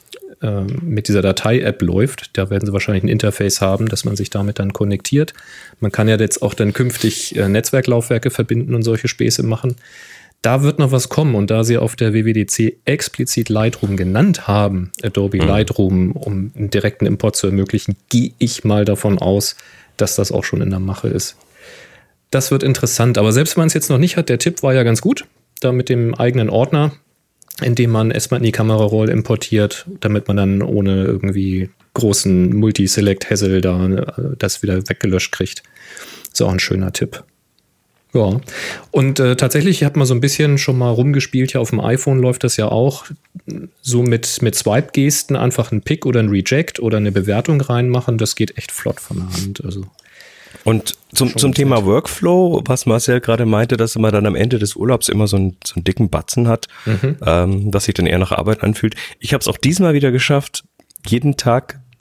Speaker 1: Datei-App läuft. Da werden sie wahrscheinlich ein Interface haben, dass man sich damit dann konnektiert. Man kann ja jetzt auch dann künftig Netzwerklaufwerke verbinden und solche Späße machen. Da wird noch was kommen, und da sie auf der WWDC explizit Lightroom genannt haben, Adobe Lightroom, um einen direkten Import zu ermöglichen, gehe ich mal davon aus, dass das auch schon in der Mache ist. Das wird interessant, aber selbst wenn man es jetzt noch nicht hat, der Tipp war ja ganz gut, da mit dem eigenen Ordner, in dem man erstmal in die Kamera-Roll importiert, damit man dann ohne irgendwie großen Multi-Select-Hassel da das wieder weggelöscht kriegt. Ist auch ein schöner Tipp. Ja, und tatsächlich, ich habe mal so ein bisschen schon mal rumgespielt, hier auf dem iPhone läuft das ja auch, so mit Swipe-Gesten einfach einen Pick oder ein Reject oder eine Bewertung reinmachen, das geht echt flott von der Hand. Also.
Speaker 2: Und zum Thema Workflow, was Marcel gerade meinte, dass man dann am Ende des Urlaubs immer so einen dicken Batzen hat, was sich dann eher nach Arbeit anfühlt. Ich habe es auch diesmal wieder geschafft, jeden Tag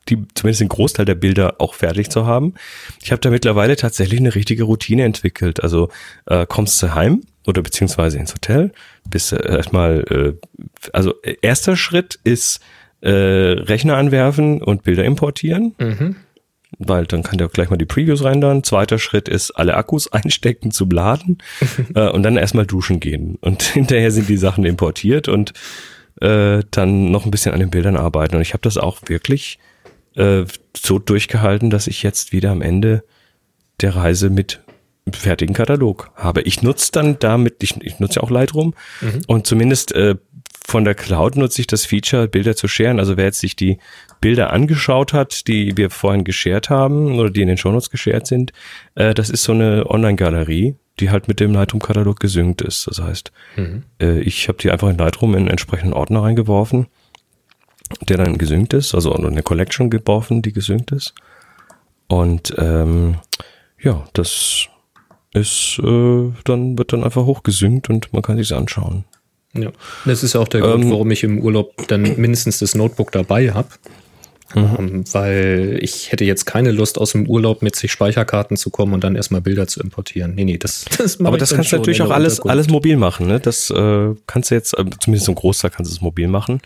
Speaker 2: zumindest den Großteil der Bilder auch fertig zu haben. Ich habe da mittlerweile tatsächlich eine richtige Routine entwickelt. Also kommst du heim oder beziehungsweise ins Hotel, bist erstmal, also erster Schritt ist Rechner anwerfen und Bilder importieren. Weil dann kann der auch gleich mal die Previews rendern. Zweiter Schritt ist, alle Akkus einstecken zum Laden und dann erstmal duschen gehen. Und hinterher sind die Sachen importiert und dann noch ein bisschen an den Bildern arbeiten. Und ich habe das auch wirklich so durchgehalten, dass ich jetzt wieder am Ende der Reise mit fertigen Katalog habe. Ich nutze dann damit, ich nutze ja auch Lightroom und zumindest von der Cloud nutze ich das Feature, Bilder zu sharen. Also wer jetzt sich die Bilder angeschaut hat, die wir vorhin geshared haben oder die in den Shownotes geshared sind, das ist so eine Online-Galerie, die halt mit dem Lightroom-Katalog gesynkt ist. Das heißt, ich habe die einfach in Lightroom in einen entsprechenden Ordner reingeworfen, der dann gesynkt ist, also eine Collection geworfen, die gesynkt ist. Und ja, das ist wird dann einfach hochgesynkt und man kann sich's anschauen.
Speaker 1: Ja, das ist auch der Grund, warum ich im Urlaub dann mindestens das Notebook dabei habe. Weil ich hätte jetzt keine Lust, aus dem Urlaub mit sich Speicherkarten zu kommen und dann erstmal Bilder zu importieren. Nee, das mache
Speaker 2: aber
Speaker 1: ich
Speaker 2: das
Speaker 1: dann
Speaker 2: kannst du
Speaker 1: schon
Speaker 2: natürlich
Speaker 1: in
Speaker 2: auch
Speaker 1: der
Speaker 2: alles
Speaker 1: Unterkunft.
Speaker 2: mobil machen, ne? Das kannst du jetzt, zumindest so ein Großteil kannst du es mobil machen.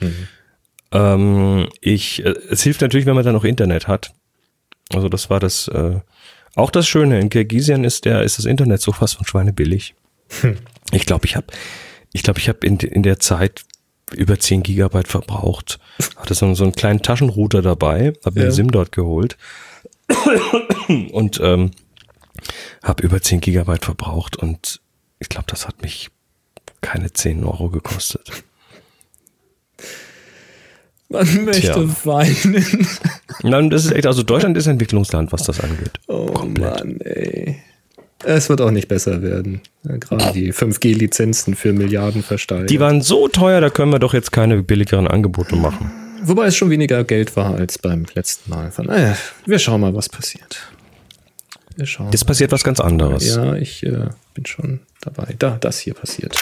Speaker 2: Es hilft natürlich, wenn man dann noch Internet hat. Also das war das, auch das Schöne. In Kirgisien ist das Internet so fast von schweinebillig. Ich glaube, ich habe in der Zeit über 10 Gigabyte verbraucht. Hatte so einen kleinen Taschenrouter dabei, habe mir eine SIM dort geholt und habe über 10 Gigabyte verbraucht und ich glaube, das hat mich keine 10 Euro gekostet.
Speaker 1: Man möchte weinen.
Speaker 2: Nein, das ist echt, also Deutschland ist ein Entwicklungsland, was das angeht.
Speaker 1: Oh
Speaker 2: komplett.
Speaker 1: Mann, ey. Es wird auch nicht besser werden. Ja, gerade die 5G-Lizenzen für Milliarden versteigen.
Speaker 2: Die waren so teuer, da können wir doch jetzt keine billigeren Angebote machen.
Speaker 1: Wobei es schon weniger Geld war als beim letzten Mal. Wir schauen mal, was passiert.
Speaker 2: Jetzt passiert was ganz anderes.
Speaker 1: Ja, ich bin schon dabei. Das hier passiert.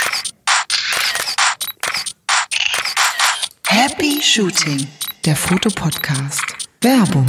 Speaker 6: Happy Shooting, der Fotopodcast. Werbung.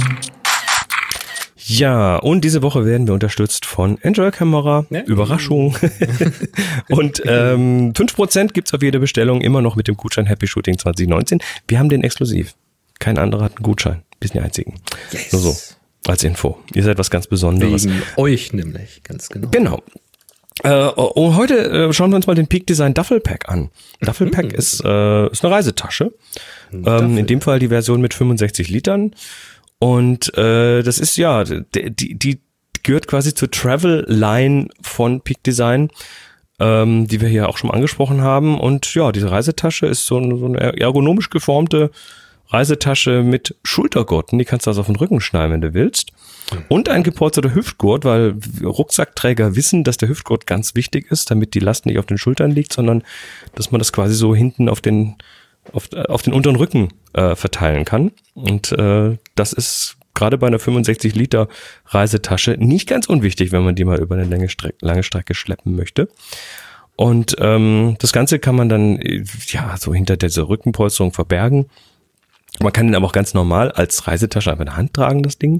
Speaker 2: Ja, und diese Woche werden wir unterstützt von Enjoy Camera. Ja. Überraschung. Und 5% gibt's auf jede Bestellung immer noch mit dem Gutschein Happy Shooting 2019. Wir haben den exklusiv. Kein anderer hat einen Gutschein. Wir sind die einzigen.
Speaker 1: Yes.
Speaker 2: Nur so, als Info. Ihr seid was ganz Besonderes.
Speaker 1: Wegen euch nämlich, ganz genau.
Speaker 2: Genau. Und heute schauen wir uns mal den Peak Design Duffel Pack an. Duffel Pack ist eine Reisetasche. In dem Fall die Version mit 65 Litern. Und das ist ja, die gehört quasi zur Travel Line von Peak Design, die wir hier auch schon mal angesprochen haben. Und ja, diese Reisetasche ist so eine ergonomisch geformte Reisetasche mit Schultergurten. Die kannst du also auf den Rücken schnallen, wenn du willst. Und ein gepolsterter Hüftgurt, weil Rucksackträger wissen, dass der Hüftgurt ganz wichtig ist, damit die Last nicht auf den Schultern liegt, sondern dass man das quasi so hinten auf den unteren Rücken verteilen kann. Und das ist gerade bei einer 65 Liter Reisetasche nicht ganz unwichtig, wenn man die mal über eine lange Strecke schleppen möchte. Und das Ganze kann man dann so hinter dieser Rückenpolsterung verbergen. Man kann den aber auch ganz normal als Reisetasche einfach in der Hand tragen, das Ding.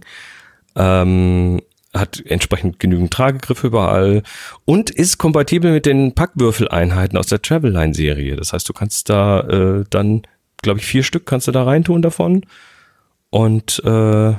Speaker 2: Hat entsprechend genügend Tragegriff überall und ist kompatibel mit den Packwürfeleinheiten aus der Travelline-Serie. Das heißt, du kannst da dann, glaube ich, 4 Stück kannst du da reintun davon. Und hier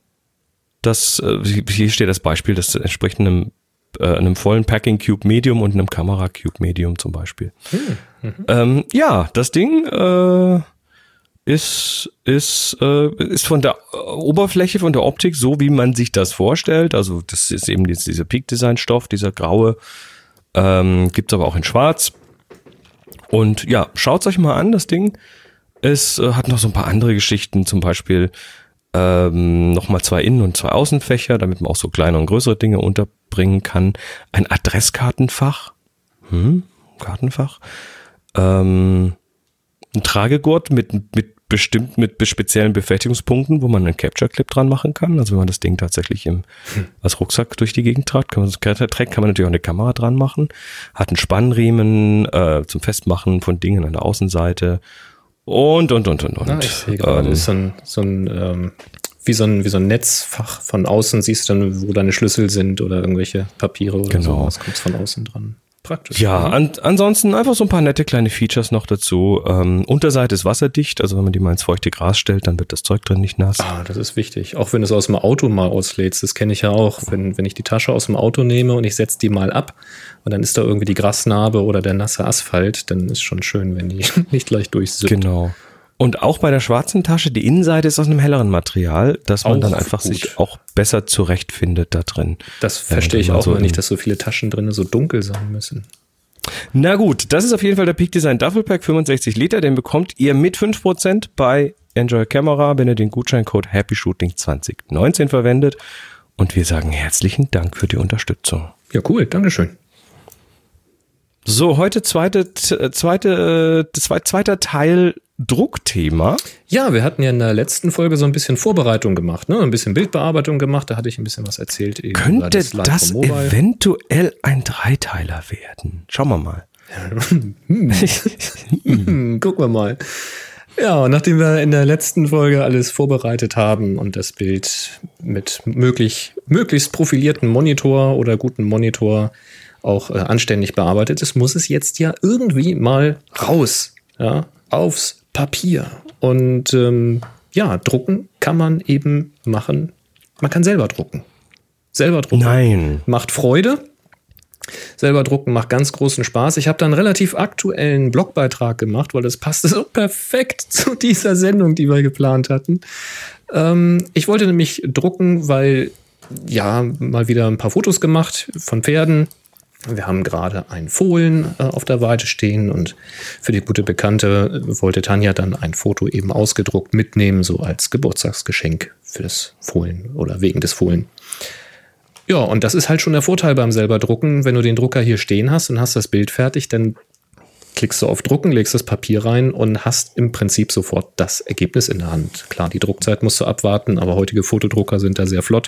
Speaker 2: steht das Beispiel, das entspricht einem vollen Packing Cube Medium und einem Kamera Cube Medium zum Beispiel. Das Ding ist von der Oberfläche, von der Optik so, wie man sich das vorstellt. Also das ist eben dieser Peak Design Stoff, dieser graue, gibt's aber auch in schwarz. Und ja, schaut's euch mal an, das Ding. Es hat noch so ein paar andere Geschichten, zum Beispiel nochmal 2 Innen- und 2 Außenfächer, damit man auch so kleine und größere Dinge unterbringen kann. Ein Adresskartenfach. Kartenfach. Ein Tragegurt mit speziellen Befestigungspunkten, wo man einen Capture-Clip dran machen kann. Also wenn man das Ding tatsächlich als Rucksack durch die Gegend trägt, kann man natürlich auch eine Kamera dran machen. Hat einen Spannriemen zum Festmachen von Dingen an der Außenseite Und.
Speaker 1: Ich sehe gerade, ist wie so ein Netzfach von außen, siehst du dann, wo deine Schlüssel sind oder irgendwelche Papiere oder sowas, kommst von außen dran. Praktisch.
Speaker 2: Ja, ansonsten einfach so ein paar nette kleine Features noch dazu. Unterseite ist wasserdicht, also wenn man die mal ins feuchte Gras stellt, dann wird das Zeug drin nicht nass.
Speaker 1: Das ist wichtig. Auch wenn du es aus dem Auto mal auslädst, das kenne ich ja auch. Wenn ich die Tasche aus dem Auto nehme und ich setze die mal ab und dann ist da irgendwie die Grasnarbe oder der nasse Asphalt, dann ist schon schön, wenn die nicht gleich durchsippt.
Speaker 2: Genau. Und auch bei der schwarzen Tasche, die Innenseite ist aus einem helleren Material, dass man dann einfach sich auch besser zurechtfindet da drin.
Speaker 1: Das verstehe ich auch, nicht, dass so viele Taschen drin so dunkel sein müssen.
Speaker 2: Na gut, das ist auf jeden Fall der Peak Design Duffelpack 65 Liter. Den bekommt ihr mit 5% bei Enjoy Camera, wenn ihr den Gutscheincode HappyShooting2019 verwendet. Und wir sagen herzlichen Dank für die Unterstützung.
Speaker 1: Ja, cool, Dankeschön.
Speaker 2: So, heute zweiter Teil Druckthema.
Speaker 1: Ja, wir hatten ja in der letzten Folge so ein bisschen Vorbereitung gemacht, ne? Ein bisschen Bildbearbeitung gemacht, da hatte ich ein bisschen was erzählt.
Speaker 2: Könnte das eventuell ein Dreiteiler werden? Schauen wir mal.
Speaker 1: Gucken wir mal. Ja, und nachdem wir in der letzten Folge alles vorbereitet haben und das Bild mit möglichst profilierten Monitor oder guten Monitor auch anständig bearbeitet ist, muss es jetzt ja irgendwie mal raus, ja, aufs Papier. Und drucken kann man eben machen. Man kann selber drucken.
Speaker 2: Nein.
Speaker 1: Macht Freude. Selber drucken macht ganz großen Spaß. Ich habe da einen relativ aktuellen Blogbeitrag gemacht, weil das passte so perfekt zu dieser Sendung, die wir geplant hatten. Ich wollte nämlich drucken, weil, mal wieder ein paar Fotos gemacht von Pferden. Wir haben gerade ein Fohlen auf der Weide stehen und für die gute Bekannte wollte Tanja dann ein Foto eben ausgedruckt mitnehmen, so als Geburtstagsgeschenk für das Fohlen oder wegen des Fohlen. Ja, und das ist halt schon der Vorteil beim selber drucken. Wenn du den Drucker hier stehen hast und hast das Bild fertig, dann klickst du auf Drucken, legst das Papier rein und hast im Prinzip sofort das Ergebnis in der Hand. Klar, die Druckzeit musst du abwarten, aber heutige Fotodrucker sind da sehr flott.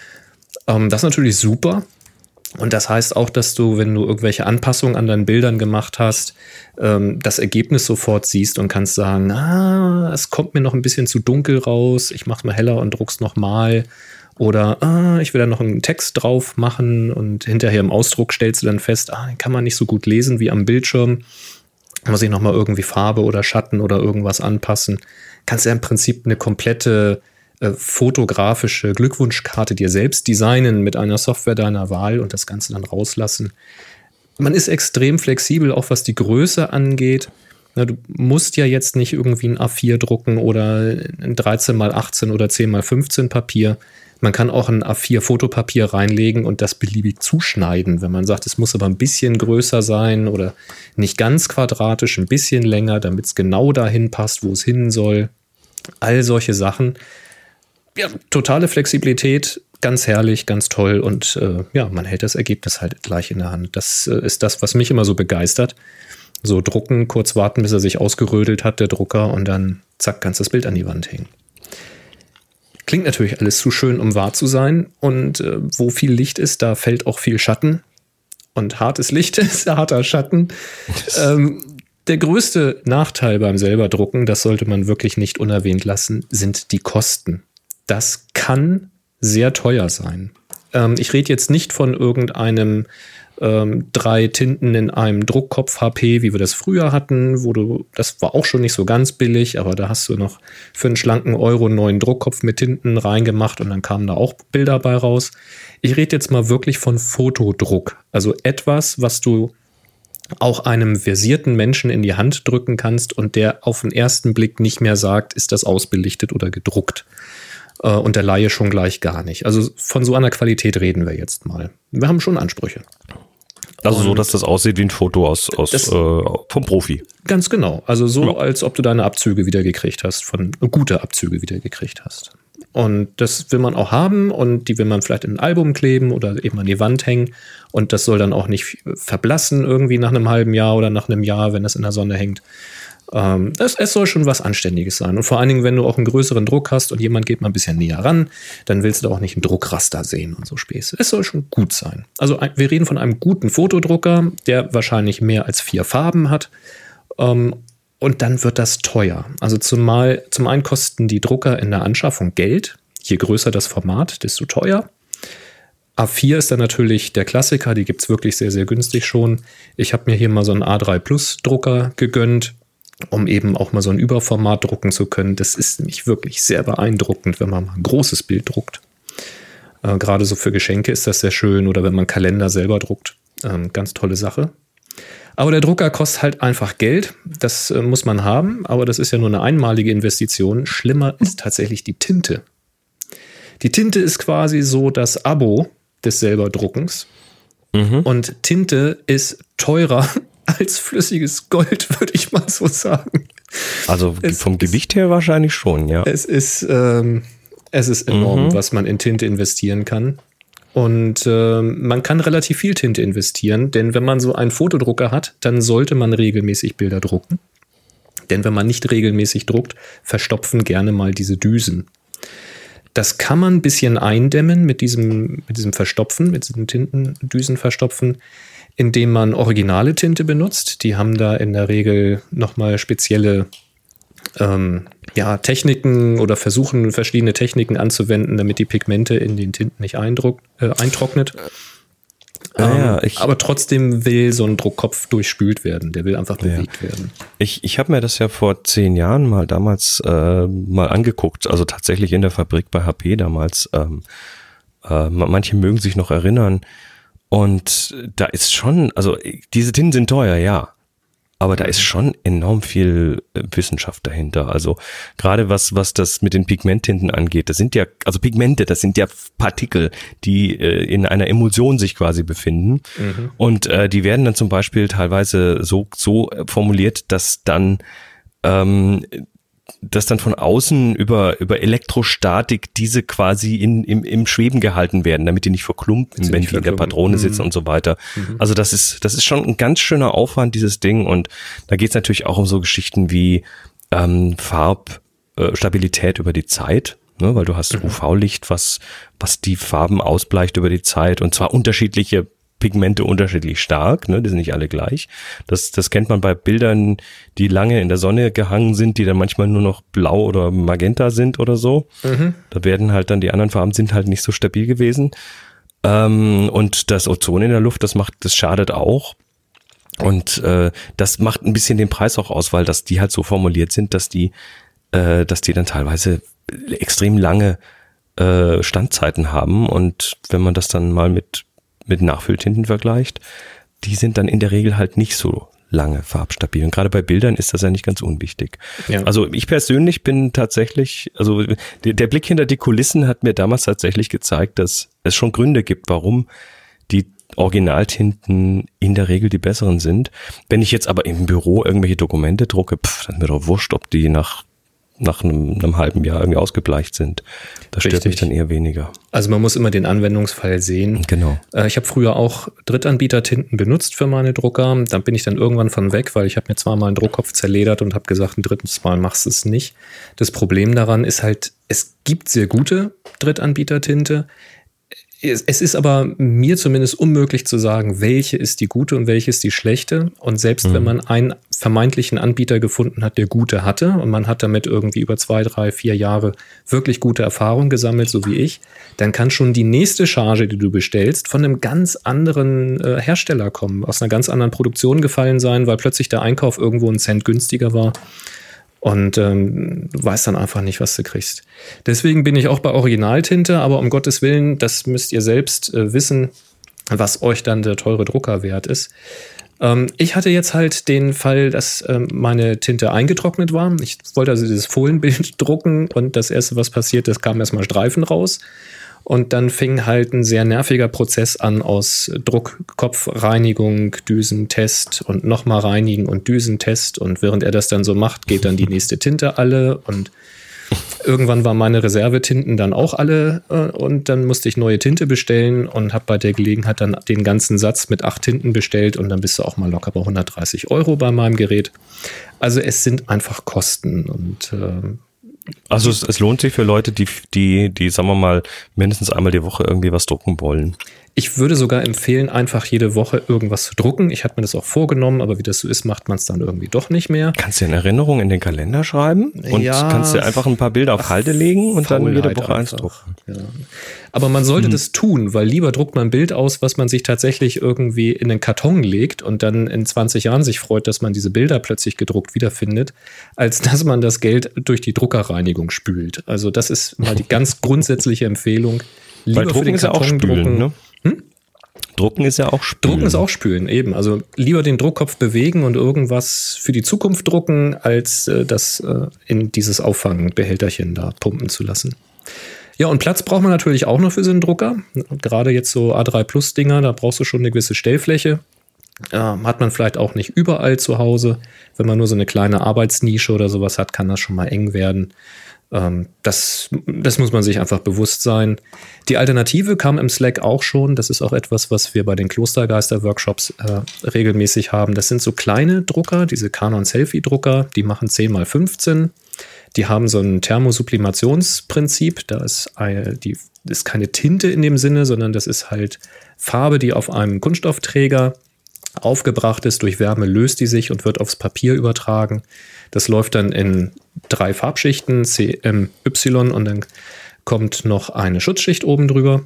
Speaker 1: Das ist natürlich super. Und das heißt auch, dass du, wenn du irgendwelche Anpassungen an deinen Bildern gemacht hast, das Ergebnis sofort siehst und kannst sagen, es kommt mir noch ein bisschen zu dunkel raus, ich mach's mal heller und druck's nochmal. Oder ich will da noch einen Text drauf machen und hinterher im Ausdruck stellst du dann fest, den kann man nicht so gut lesen wie am Bildschirm. Muss ich nochmal irgendwie Farbe oder Schatten oder irgendwas anpassen. Kannst ja im Prinzip eine komplette fotografische Glückwunschkarte dir selbst designen mit einer Software deiner Wahl und das Ganze dann rauslassen. Man ist extrem flexibel, auch was die Größe angeht. Na, du musst ja jetzt nicht irgendwie ein A4 drucken oder ein 13x18 oder 10x15 Papier. Man kann auch ein A4 Fotopapier reinlegen und das beliebig zuschneiden, wenn man sagt, es muss aber ein bisschen größer sein oder nicht ganz quadratisch, ein bisschen länger, damit es genau dahin passt, wo es hin soll. All solche Sachen. Ja, totale Flexibilität, ganz herrlich, ganz toll und man hält das Ergebnis halt gleich in der Hand. Das ist das, was mich immer so begeistert. So drucken, kurz warten, bis er sich ausgerödelt hat, der Drucker, und dann zack, kannst du das Bild an die Wand hängen. Klingt natürlich alles zu schön, um wahr zu sein, und wo viel Licht ist, da fällt auch viel Schatten, und hartes Licht ist harter Schatten. Der größte Nachteil beim Selberdrucken, das sollte man wirklich nicht unerwähnt lassen, sind die Kosten. Das kann sehr teuer sein. Ich rede jetzt nicht von irgendeinem 3 Tinten in einem Druckkopf HP, wie wir das früher hatten, das war auch schon nicht so ganz billig, aber da hast du noch für einen schlanken Euro einen neuen Druckkopf mit Tinten reingemacht und dann kamen da auch Bilder bei raus. Ich rede jetzt mal wirklich von Fotodruck, also etwas, was du auch einem versierten Menschen in die Hand drücken kannst und der auf den ersten Blick nicht mehr sagt, ist das ausbelichtet oder gedruckt. Und der Laie schon gleich gar nicht. Also von so einer Qualität reden wir jetzt mal. Wir haben schon Ansprüche.
Speaker 2: Also so, dass das aussieht wie ein Foto vom Profi.
Speaker 1: Ganz genau. Also so, als ob du deine Abzüge wieder gekriegt hast, gute Abzüge wieder gekriegt hast. Und das will man auch haben und die will man vielleicht in ein Album kleben oder eben an die Wand hängen. Und das soll dann auch nicht verblassen irgendwie nach einem halben Jahr oder nach einem Jahr, wenn das in der Sonne hängt. Es soll schon was Anständiges sein. Und vor allen Dingen, wenn du auch einen größeren Druck hast und jemand geht mal ein bisschen näher ran, dann willst du da auch nicht einen Druckraster sehen und so Späße. Es soll schon gut sein. Also wir reden von einem guten Fotodrucker, der wahrscheinlich mehr als 4 Farben hat. Und Und dann wird das teuer. Also zum einen kosten die Drucker in der Anschaffung Geld. Je größer das Format, desto teuer. A4 ist dann natürlich der Klassiker, die gibt es wirklich sehr, sehr günstig schon. Ich habe mir hier mal so einen A3 Plus Drucker gegönnt, um eben auch mal so ein Überformat drucken zu können. Das ist nämlich wirklich sehr beeindruckend, wenn man mal ein großes Bild druckt. Gerade so für Geschenke ist das sehr schön oder wenn man Kalender selber druckt. Ganz tolle Sache. Aber der Drucker kostet halt einfach Geld. Das muss man haben, aber das ist ja nur eine einmalige Investition. Schlimmer ist tatsächlich die Tinte. Die Tinte ist quasi so das Abo des Selberdruckens. Und Tinte ist teurer als flüssiges Gold, würde ich mal so sagen.
Speaker 2: Also vom Gewicht her wahrscheinlich schon, ja.
Speaker 1: Es ist enorm, was man in Tinte investieren kann. Und man kann relativ viel Tinte investieren, denn wenn man so einen Fotodrucker hat, dann sollte man regelmäßig Bilder drucken. Denn wenn man nicht regelmäßig druckt, verstopfen gerne mal diese Düsen. Das kann man ein bisschen eindämmen mit diesem Verstopfen, mit diesem Tintendüsen verstopfen, indem man originale Tinte benutzt. Die haben da in der Regel nochmal spezielle Techniken oder versuchen verschiedene Techniken anzuwenden, damit die Pigmente in den Tinten nicht eintrocknet. Aber trotzdem will so ein Druckkopf durchspült werden. Der will einfach bewegt werden.
Speaker 2: Ich habe mir das ja vor 10 Jahren mal angeguckt, also tatsächlich in der Fabrik bei HP damals. Manche mögen sich noch erinnern. Und da ist schon, also diese Tinten sind teuer, ja. Aber da ist schon enorm viel Wissenschaft dahinter. Also gerade was das mit den Pigmenttinten angeht, das sind ja, also Pigmente, das sind ja Partikel, die in einer Emulsion sich quasi befinden. Und die werden dann zum Beispiel teilweise so formuliert, dass dann von außen über Elektrostatik diese quasi im Schweben gehalten werden, damit die nicht verklumpen, wenn die in der Patrone sitzen und so weiter. Also das ist schon ein ganz schöner Aufwand, dieses Ding. Und da geht es natürlich auch um so Geschichten wie Farbstabilität über die Zeit, ne? Weil du hast UV-Licht, was die Farben ausbleicht über die Zeit, und zwar unterschiedliche Pigmente unterschiedlich stark, ne? Die sind nicht alle gleich. Das kennt man bei Bildern, die lange in der Sonne gehangen sind, die dann manchmal nur noch blau oder magenta sind oder so. Da werden halt dann die anderen Farben sind halt nicht so stabil gewesen. Und das Ozon in der Luft, das schadet auch. Und das macht ein bisschen den Preis auch aus, weil die halt so formuliert sind, dass die dann teilweise extrem lange Standzeiten haben. Und wenn man das dann mal mit Nachfülltinten vergleicht, die sind dann in der Regel halt nicht so lange farbstabil. Und gerade bei Bildern ist das ja nicht ganz unwichtig. Ja. Also ich persönlich bin tatsächlich, also der Blick hinter die Kulissen hat mir damals tatsächlich gezeigt, dass es schon Gründe gibt, warum die Originaltinten in der Regel die besseren sind. Wenn ich jetzt aber im Büro irgendwelche Dokumente drucke, dann ist mir doch wurscht, ob die nach einem halben Jahr irgendwie ausgebleicht sind. Das stört mich dann eher weniger.
Speaker 1: Also man muss immer den Anwendungsfall sehen.
Speaker 2: Genau.
Speaker 1: Ich habe früher auch Drittanbieter-Tinten benutzt für meine Drucker. Dann bin ich dann irgendwann von weg, weil ich habe mir zweimal einen Druckkopf zerledert und habe gesagt, ein drittes Mal machst du es nicht. Das Problem daran ist halt, es gibt sehr gute Drittanbieter-Tinte. Es ist aber mir zumindest unmöglich zu sagen, welche ist die gute und welche ist die schlechte. Und selbst wenn man einen vermeintlichen Anbieter gefunden hat, der gute hatte, und man hat damit irgendwie über 2, 3, 4 Jahre wirklich gute Erfahrung gesammelt, so wie ich, dann kann schon die nächste Charge, die du bestellst, von einem ganz anderen Hersteller kommen, aus einer ganz anderen Produktion gefallen sein, weil plötzlich der Einkauf irgendwo einen Cent günstiger war. Und du weißt dann einfach nicht, was du kriegst. Deswegen bin ich auch bei Originaltinte, aber um Gottes Willen, das müsst ihr selbst wissen, was euch dann der teure Drucker wert ist. Ich hatte jetzt halt den Fall, dass meine Tinte eingetrocknet war. Ich wollte also dieses Folienbild drucken und das Erste, was passiert ist, kamen erstmal Streifen raus. Und dann fing halt ein sehr nerviger Prozess an aus Druckkopfreinigung, Düsentest und nochmal reinigen und Düsentest. Und während er das dann so macht, geht dann die nächste Tinte alle. Und irgendwann waren meine Reservetinten dann auch alle. Und dann musste ich neue Tinte bestellen und habe bei der Gelegenheit dann den ganzen Satz mit 8 Tinten bestellt. Und dann bist du auch mal locker bei 130 € bei meinem Gerät. Also es sind einfach Kosten und
Speaker 2: also es lohnt sich für Leute, die sagen wir mal, mindestens einmal die Woche irgendwie was drucken wollen.
Speaker 1: Ich würde sogar empfehlen, einfach jede Woche irgendwas zu drucken. Ich hatte mir das auch vorgenommen, aber wie das so ist, macht man es dann irgendwie doch nicht mehr.
Speaker 2: Kannst du eine Erinnerung in den Kalender schreiben und kannst dir einfach ein paar Bilder auf Halde legen und dann jede Woche eins drucken.
Speaker 1: Ja. Aber man sollte das tun, weil lieber druckt man ein Bild aus, was man sich tatsächlich irgendwie in den Karton legt und dann in 20 Jahren sich freut, dass man diese Bilder plötzlich gedruckt wiederfindet, als dass man das Geld durch die Druckerreinigung spült. Also das ist mal die ganz grundsätzliche Empfehlung. Lieber
Speaker 2: Drucken
Speaker 1: für den
Speaker 2: ist ja auch
Speaker 1: Karton
Speaker 2: spülen,
Speaker 1: drucken.
Speaker 2: ne? Drucken ist ja auch spülen.
Speaker 1: Drucken ist auch spülen, eben. Also lieber den Druckkopf bewegen und irgendwas für die Zukunft drucken, als das in dieses Auffangbehälterchen da pumpen zu lassen. Ja, und Platz braucht man natürlich auch noch für so einen Drucker. Gerade jetzt so A3-Plus-Dinger, da brauchst du schon eine gewisse Stellfläche. Hat man vielleicht auch nicht überall zu Hause. Wenn man nur so eine kleine Arbeitsnische oder sowas hat, kann das schon mal eng werden. Das muss man sich einfach bewusst sein. Die Alternative kam im Slack auch schon. Das ist auch etwas, was wir bei den Klostergeister-Workshops regelmäßig haben. Das sind so kleine Drucker, diese Canon Selfie-Drucker. Die machen 10x15. Die haben so ein Thermosublimationsprinzip. Da ist keine Tinte in dem Sinne, sondern das ist halt Farbe, die auf einem Kunststoffträger aufgebracht ist. Durch Wärme löst die sich und wird aufs Papier übertragen. Das läuft dann in 3 Farbschichten, C, M, Y, und dann kommt noch eine Schutzschicht oben drüber.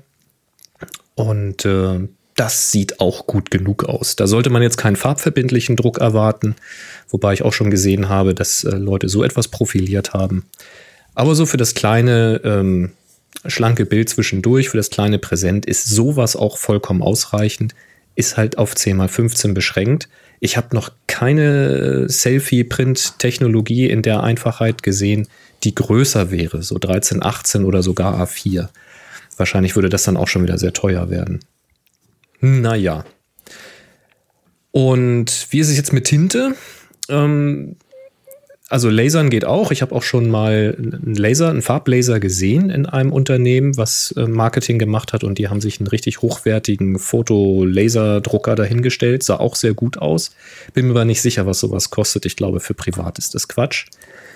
Speaker 1: Und das sieht auch gut genug aus. Da sollte man jetzt keinen farbverbindlichen Druck erwarten, wobei ich auch schon gesehen habe, dass Leute so etwas profiliert haben. Aber so für das kleine, schlanke Bild zwischendurch, für das kleine Präsent ist sowas auch vollkommen ausreichend. Ist halt auf 10x15 beschränkt. Ich habe noch keine Selfie-Print-Technologie in der Einfachheit gesehen, die größer wäre, so 13:18 oder sogar A4. Wahrscheinlich würde das dann auch schon wieder sehr teuer werden. Naja. Und wie ist es jetzt mit Tinte? Also Lasern geht auch. Ich habe auch schon mal einen Farblaser gesehen in einem Unternehmen, was Marketing gemacht hat, und die haben sich einen richtig hochwertigen Fotolaserdrucker dahingestellt. Sah auch sehr gut aus. Bin mir aber nicht sicher, was sowas kostet. Ich glaube, für privat ist das Quatsch.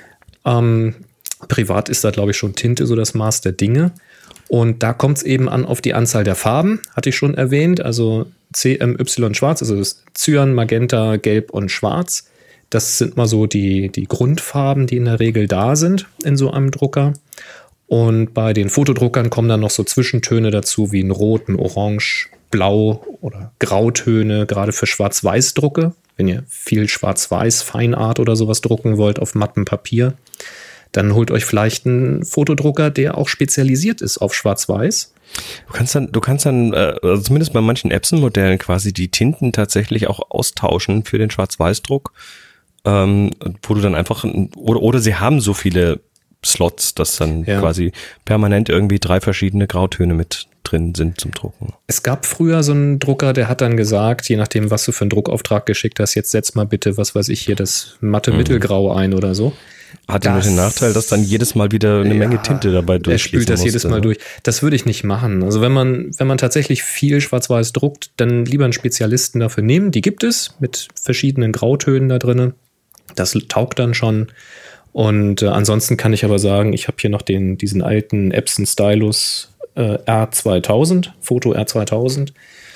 Speaker 1: Privat ist da, glaube ich, schon Tinte so das Maß der Dinge. Und da kommt es eben an auf die Anzahl der Farben, hatte ich schon erwähnt. Also C, M, Y, Schwarz, also das Cyan, Magenta, Gelb und Schwarz. Das sind mal so die Grundfarben, die in der Regel da sind in so einem Drucker. Und bei den Fotodruckern kommen dann noch so Zwischentöne dazu, wie ein Rot, ein Orange, Blau oder Grautöne, gerade für Schwarz-Weiß-Drucke. Wenn ihr viel Schwarz-Weiß, Feinart oder sowas drucken wollt auf mattem Papier, dann holt euch vielleicht einen Fotodrucker, der auch spezialisiert ist auf Schwarz-Weiß.
Speaker 2: Du kannst dann also zumindest bei manchen Epson-Modellen quasi die Tinten tatsächlich auch austauschen für den Schwarz-Weiß-Druck. Wo du dann einfach, oder sie haben so viele Slots, dass dann quasi permanent irgendwie 3 verschiedene Grautöne mit drin sind zum Drucken. Es gab früher so einen Drucker, der hat dann gesagt, je nachdem, was du für einen Druckauftrag geschickt hast, jetzt setz mal bitte, was weiß ich hier, das matte Mittelgrau ein oder so. Hat immer den Nachteil, dass dann jedes Mal wieder eine Menge Tinte dabei durchfließen. Er spült das jedes Mal durch. Das würde ich nicht machen. Also wenn man tatsächlich viel Schwarz-Weiß druckt, dann lieber einen Spezialisten dafür nehmen. Die gibt es mit verschiedenen Grautönen da drin. Das taugt dann schon. Und ansonsten kann ich aber sagen, ich habe hier noch diesen alten Epson Stylus R2000, Foto R2000.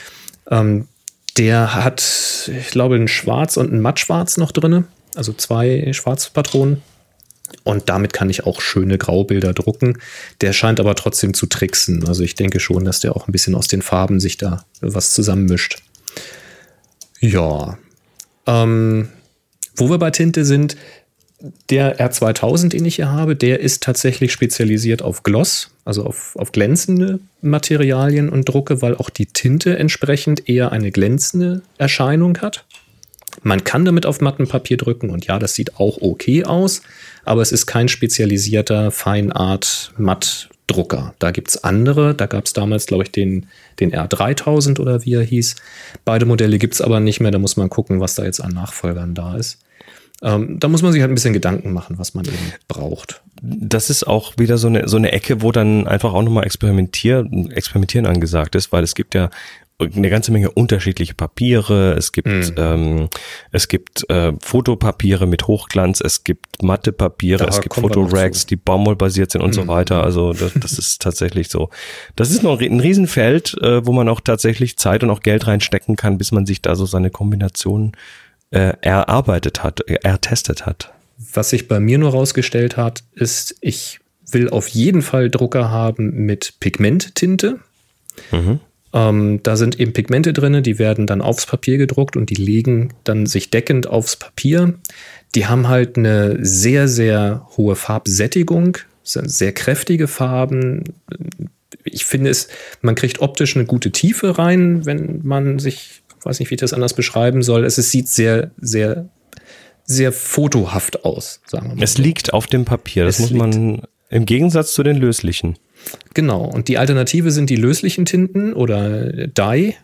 Speaker 2: Der hat, ich glaube, ein Schwarz und ein Mattschwarz noch drin. Also 2 Schwarzpatronen. Und damit kann ich auch schöne Graubilder drucken. Der scheint aber trotzdem zu tricksen. Also ich denke schon, dass der auch ein bisschen aus den Farben sich da was zusammenmischt. Ja. Wo wir bei Tinte sind, der R2000, den ich hier habe, der ist tatsächlich spezialisiert auf Gloss, also auf glänzende Materialien und Drucke, weil auch die Tinte entsprechend eher eine glänzende Erscheinung hat. Man kann damit auf mattem Papier drücken und ja, das sieht auch okay aus, aber es ist kein spezialisierter Feinart-Matt-Drucker. Da gibt es andere, da gab es damals, glaube ich, den R3000 oder wie er hieß. Beide Modelle gibt es aber nicht mehr, da muss man gucken, was da jetzt an Nachfolgern da ist. Da muss man sich halt ein bisschen Gedanken machen, was man eben braucht. Das ist auch wieder so eine Ecke, wo dann einfach auch nochmal Experimentieren angesagt ist, weil es gibt ja eine ganze Menge unterschiedliche Papiere. Es gibt Fotopapiere mit Hochglanz, es gibt matte Papiere, es gibt Fotoracks, die baumwollbasiert sind und so weiter. Also das ist tatsächlich so. Das ist noch ein Riesenfeld, wo man auch tatsächlich Zeit und auch Geld reinstecken kann, bis man sich da so seine Kombination ertestet hat.
Speaker 1: Was sich bei mir nur rausgestellt hat, ist, ich will auf jeden Fall Drucker haben mit Pigmenttinte. Da sind eben Pigmente drin, die werden dann aufs Papier gedruckt und die liegen dann sich deckend aufs Papier. Die haben halt eine sehr, sehr hohe Farbsättigung, sehr kräftige Farben. Ich finde man kriegt optisch eine gute Tiefe rein, wenn man sich, weiß nicht, wie ich das anders beschreiben soll. Es sieht sehr, sehr, sehr fotohaft aus, sagen wir mal.
Speaker 2: Es liegt auf dem Papier, das muss man im Gegensatz zu den löslichen.
Speaker 1: Genau, und die Alternative sind die löslichen Tinten oder Dye,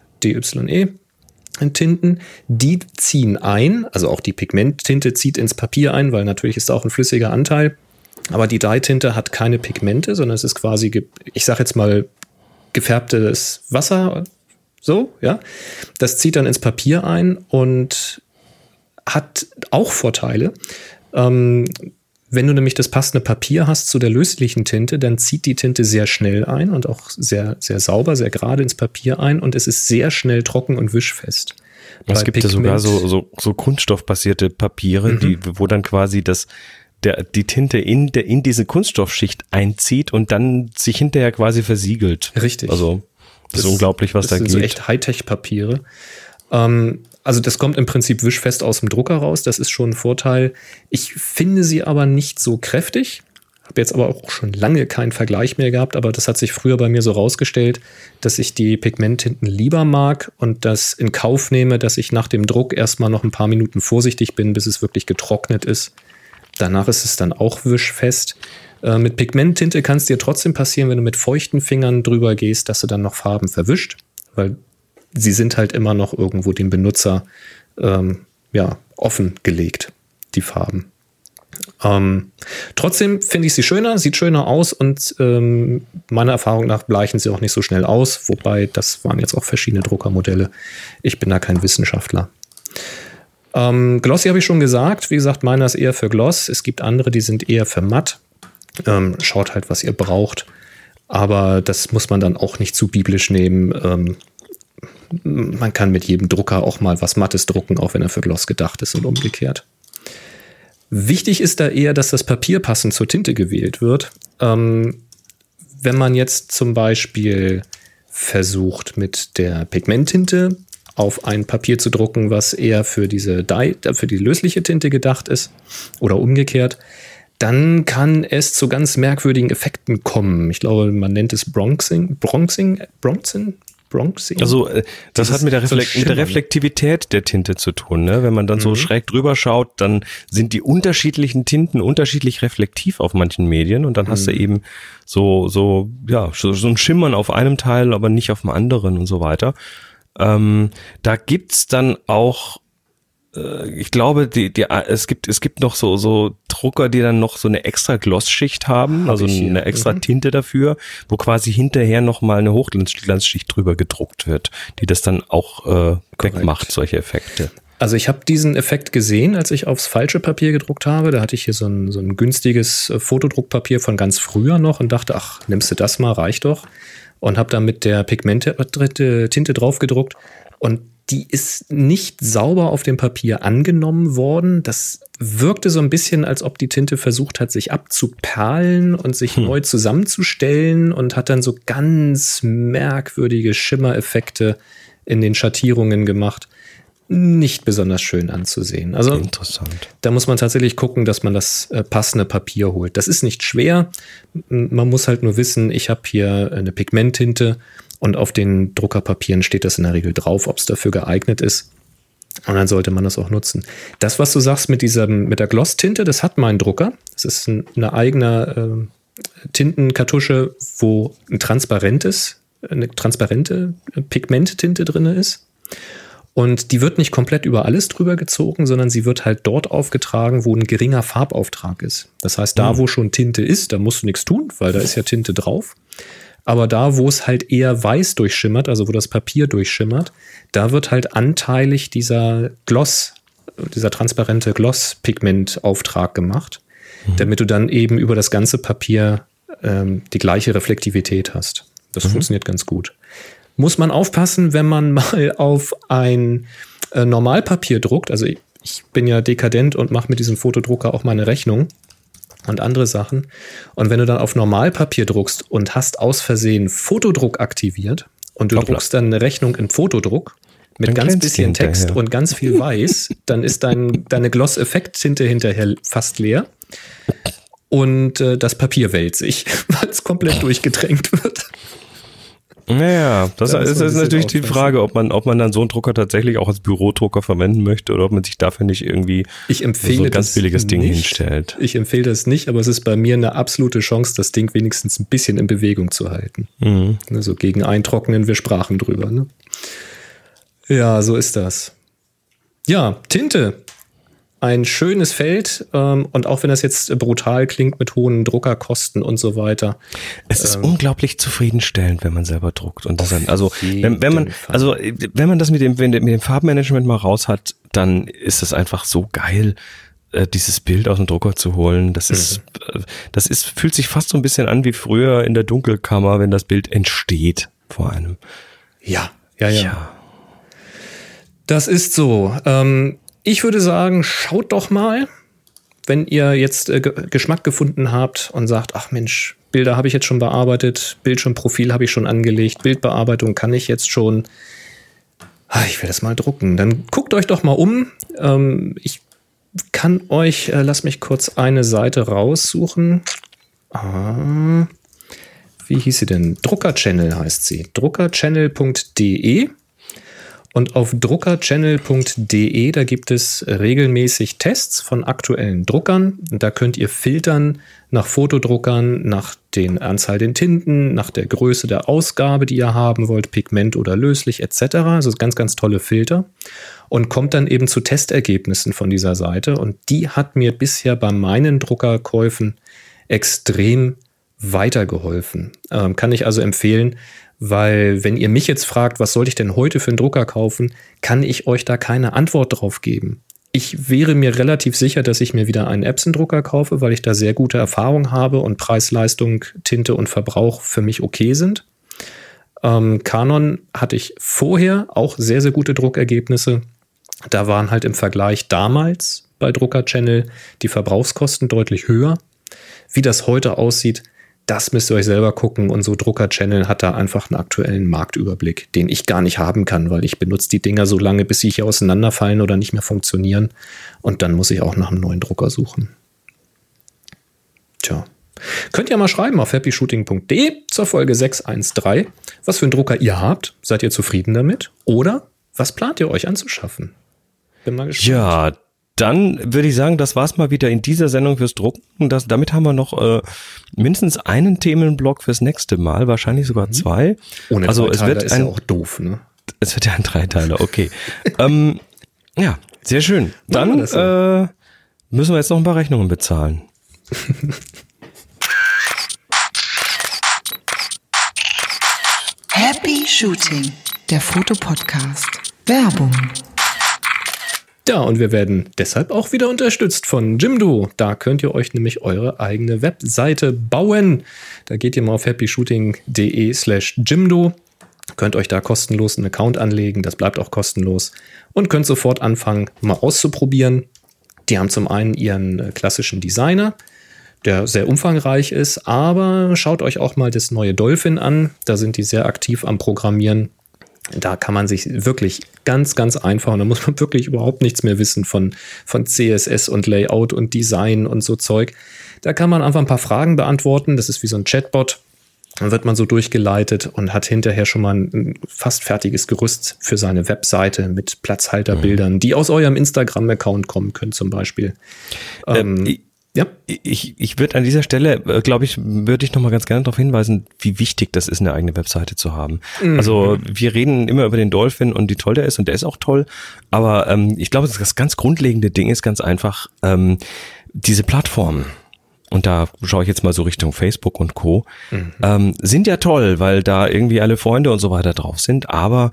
Speaker 1: DYE-Tinten. Die ziehen ein, also auch die Pigmenttinte zieht ins Papier ein, weil natürlich ist da auch ein flüssiger Anteil. Aber die Dye-Tinte hat keine Pigmente, sondern es ist quasi, ich sag jetzt mal, gefärbtes Wasser, so, ja. Das zieht dann ins Papier ein und hat auch Vorteile. Wenn du nämlich das passende Papier hast zu der löslichen Tinte, dann zieht die Tinte sehr schnell ein und auch sehr, sehr sauber, sehr gerade ins Papier ein und es ist sehr schnell trocken und wischfest.
Speaker 2: Es gibt ja sogar so kunststoffbasierte Papiere, wo dann quasi die Tinte in diese Kunststoffschicht einzieht und dann sich hinterher quasi versiegelt.
Speaker 1: Richtig.
Speaker 2: Also das ist unglaublich, was da geht.
Speaker 1: Das sind so echt Hightech-Papiere. Also das kommt im Prinzip wischfest aus dem Drucker raus, das ist schon ein Vorteil. Ich finde sie aber nicht so kräftig, habe jetzt aber auch schon lange keinen Vergleich mehr gehabt, aber das hat sich früher bei mir so rausgestellt, dass ich die Pigmenttinten lieber mag und das in Kauf nehme, dass ich nach dem Druck erstmal noch ein paar Minuten vorsichtig bin, bis es wirklich getrocknet ist. Danach ist es dann auch wischfest. Mit Pigmenttinte kann es dir trotzdem passieren, wenn du mit feuchten Fingern drüber gehst, dass du dann noch Farben verwischt, weil sie sind halt immer noch irgendwo dem Benutzer offengelegt, die Farben. Trotzdem finde ich sie schöner, sieht schöner aus und meiner Erfahrung nach bleichen sie auch nicht so schnell aus, wobei das waren jetzt auch verschiedene Druckermodelle. Ich bin da kein Wissenschaftler. Glossy habe ich schon gesagt. Wie gesagt, meiner ist eher für Gloss. Es gibt andere, die sind eher für matt. Schaut halt, was ihr braucht. Aber das muss man dann auch nicht zu biblisch nehmen. Man kann mit jedem Drucker auch mal was Mattes drucken, auch wenn er für Gloss gedacht ist und umgekehrt. Wichtig ist da eher, dass das Papier passend zur Tinte gewählt wird. Wenn man jetzt zum Beispiel versucht, mit der Pigmenttinte auf ein Papier zu drucken, was eher für die lösliche Tinte gedacht ist oder umgekehrt, dann kann es zu ganz merkwürdigen Effekten kommen. Ich glaube, man nennt es Bronzing.
Speaker 2: Also das hat mit der Reflektivität der Tinte zu tun, ne? Wenn man dann so schräg drüber schaut, dann sind die unterschiedlichen Tinten unterschiedlich reflektiv auf manchen Medien und dann hast du eben so ein Schimmern auf einem Teil, aber nicht auf dem anderen und so weiter. Da gibt's dann auch, ich glaube, es gibt noch so Drucker, die dann noch so eine extra Glossschicht haben, also eine extra Tinte dafür, wo quasi hinterher nochmal eine Hochglanzschicht drüber gedruckt wird, die das dann auch wegmacht, solche Effekte.
Speaker 1: Also ich habe diesen Effekt gesehen, als ich aufs falsche Papier gedruckt habe. Da hatte ich hier so ein günstiges Fotodruckpapier von ganz früher noch und dachte, ach, nimmst du das mal, reicht doch. Und habe da mit der Pigmenttinte drauf gedruckt und die ist nicht sauber auf dem Papier angenommen worden. Das wirkte so ein bisschen, als ob die Tinte versucht hat, sich abzuperlen und sich neu zusammenzustellen und hat dann so ganz merkwürdige Schimmereffekte in den Schattierungen gemacht. Nicht besonders schön anzusehen. Also
Speaker 2: interessant.
Speaker 1: Da muss man tatsächlich gucken, dass man das passende Papier holt. Das ist nicht schwer. Man muss halt nur wissen, ich habe hier eine Pigmenttinte und auf den Druckerpapieren steht das in der Regel drauf, ob es dafür geeignet ist. Und dann sollte man das auch nutzen. Das, was du sagst mit der Glosstinte, das hat mein Drucker. Das ist eine eigene Tintenkartusche, wo eine transparente Pigmenttinte drin ist. Und die wird nicht komplett über alles drüber gezogen, sondern sie wird halt dort aufgetragen, wo ein geringer Farbauftrag ist. Das heißt, da, wo schon Tinte ist, da musst du nichts tun, weil da ist ja Tinte drauf. Aber da, wo es halt eher weiß durchschimmert, also wo das Papier durchschimmert, da wird halt anteilig dieser transparente Gloss-Pigment-Auftrag gemacht, damit du dann eben über das ganze Papier die gleiche Reflektivität hast. Das funktioniert ganz gut. Muss man aufpassen, wenn man mal auf ein Normalpapier druckt. Also ich bin ja dekadent und mache mit diesem Fotodrucker auch meine Rechnung und andere Sachen. Und wenn du dann auf Normalpapier druckst und hast aus Versehen Fotodruck aktiviert und du druckst dann eine Rechnung in Fotodruck mit ganz bisschen Text und ganz viel Weiß, dann ist deine Gloss-Effekt-Tinte hinterher fast leer. Und das Papier wälzt sich, weil es komplett durchgetränkt wird.
Speaker 2: Naja, das ist natürlich die Frage, ob man dann so einen Drucker tatsächlich auch als Bürodrucker verwenden möchte oder ob man sich dafür nicht irgendwie so ein ganz billiges Ding hinstellt.
Speaker 1: Ich empfehle das nicht, aber es ist bei mir eine absolute Chance, das Ding wenigstens ein bisschen in Bewegung zu halten. Also gegen Eintrocknen, wir sprachen drüber. Ne? Ja, so ist das. Ja, Tinte. Ein schönes Feld und auch wenn das jetzt brutal klingt mit hohen Druckerkosten und so weiter.
Speaker 2: Es ist unglaublich zufriedenstellend, wenn man selber druckt und das dann, also wenn man das mit dem Farbmanagement mal raus hat, dann ist es einfach so geil, dieses Bild aus dem Drucker zu holen. Fühlt sich fast so ein bisschen an wie früher in der Dunkelkammer, wenn das Bild entsteht vor einem.
Speaker 1: Ja. Das ist so. Ich würde sagen, schaut doch mal, wenn ihr jetzt Geschmack gefunden habt und sagt, ach Mensch, Bilder habe ich jetzt schon bearbeitet, Bildschirmprofil habe ich schon angelegt, Bildbearbeitung kann ich jetzt schon. Ich will das mal drucken. Dann guckt euch doch mal um. Ich kann euch, lasst mich kurz eine Seite raussuchen. Wie hieß sie denn? Druckerchannel heißt sie. Druckerchannel.de. Und auf druckerchannel.de, da gibt es regelmäßig Tests von aktuellen Druckern. Da könnt ihr filtern nach Fotodruckern, nach der Anzahl der Tinten, nach der Größe der Ausgabe, die ihr haben wollt, Pigment oder löslich etc. Also ganz, ganz tolle Filter. Und kommt dann eben zu Testergebnissen von dieser Seite. Und die hat mir bisher bei meinen Druckerkäufen extrem weitergeholfen. Kann ich also empfehlen, weil wenn ihr mich jetzt fragt, was sollte ich denn heute für einen Drucker kaufen, kann ich euch da keine Antwort drauf geben. Ich wäre mir relativ sicher, dass ich mir wieder einen Epson-Drucker kaufe, weil ich da sehr gute Erfahrung habe und Preis-Leistung, Tinte und Verbrauch für mich okay sind. Canon hatte ich vorher auch sehr, sehr gute Druckergebnisse. Da waren halt im Vergleich damals bei Druckerchannel die Verbrauchskosten deutlich höher. Wie das heute aussieht, das müsst ihr euch selber gucken. Und so Druckerchannel hat da einfach einen aktuellen Marktüberblick, den ich gar nicht haben kann, weil ich benutze die Dinger so lange, bis sie hier auseinanderfallen oder nicht mehr funktionieren. Und dann muss ich auch nach einem neuen Drucker suchen. Tja. Könnt ihr mal schreiben auf happyshooting.de zur Folge 613, was für einen Drucker ihr habt. Seid ihr zufrieden damit? Oder was plant ihr euch anzuschaffen? Bin mal gespannt.
Speaker 2: Ja, dann würde ich sagen, das war's mal wieder in dieser Sendung fürs Drucken. Damit haben wir noch mindestens einen Themenblock fürs nächste Mal, wahrscheinlich sogar 2.
Speaker 1: Ohne
Speaker 2: also
Speaker 1: Dreiteiler
Speaker 2: es wird
Speaker 1: ist ja auch doof, ne?
Speaker 2: Es wird ja ein Dreiteiler, okay. Ja, sehr schön. Dann müssen wir jetzt noch ein paar Rechnungen bezahlen.
Speaker 6: Happy Shooting, der Fotopodcast. Werbung.
Speaker 1: Ja, und wir werden deshalb auch wieder unterstützt von Jimdo. Da könnt ihr euch nämlich eure eigene Webseite bauen. Da geht ihr mal auf happyshooting.de/Jimdo. Könnt euch da kostenlos einen Account anlegen. Das bleibt auch kostenlos. Und könnt sofort anfangen, mal auszuprobieren. Die haben zum einen ihren klassischen Designer, der sehr umfangreich ist. Aber schaut euch auch mal das neue Dolphin an. Da sind die sehr aktiv am Programmieren. Da kann man sich wirklich ganz, ganz einfach, und da muss man wirklich überhaupt nichts mehr wissen von CSS und Layout und Design und so Zeug. Da kann man einfach ein paar Fragen beantworten. Das ist wie so ein Chatbot. Dann wird man so durchgeleitet und hat hinterher schon mal ein fast fertiges Gerüst für seine Webseite mit Platzhalterbildern, die aus eurem Instagram-Account kommen können zum Beispiel. Ja.
Speaker 2: Ich würde an dieser Stelle, glaube ich, würde ich noch mal ganz gerne darauf hinweisen, wie wichtig das ist, eine eigene Webseite zu haben. Also wir reden immer über den Dolphin und wie toll der ist, und der ist auch toll, aber ich glaube, das ganz grundlegende Ding ist ganz einfach diese Plattform. und da schaue ich jetzt mal so Richtung Facebook und Co., sind ja toll, weil da irgendwie alle Freunde und so weiter drauf sind, aber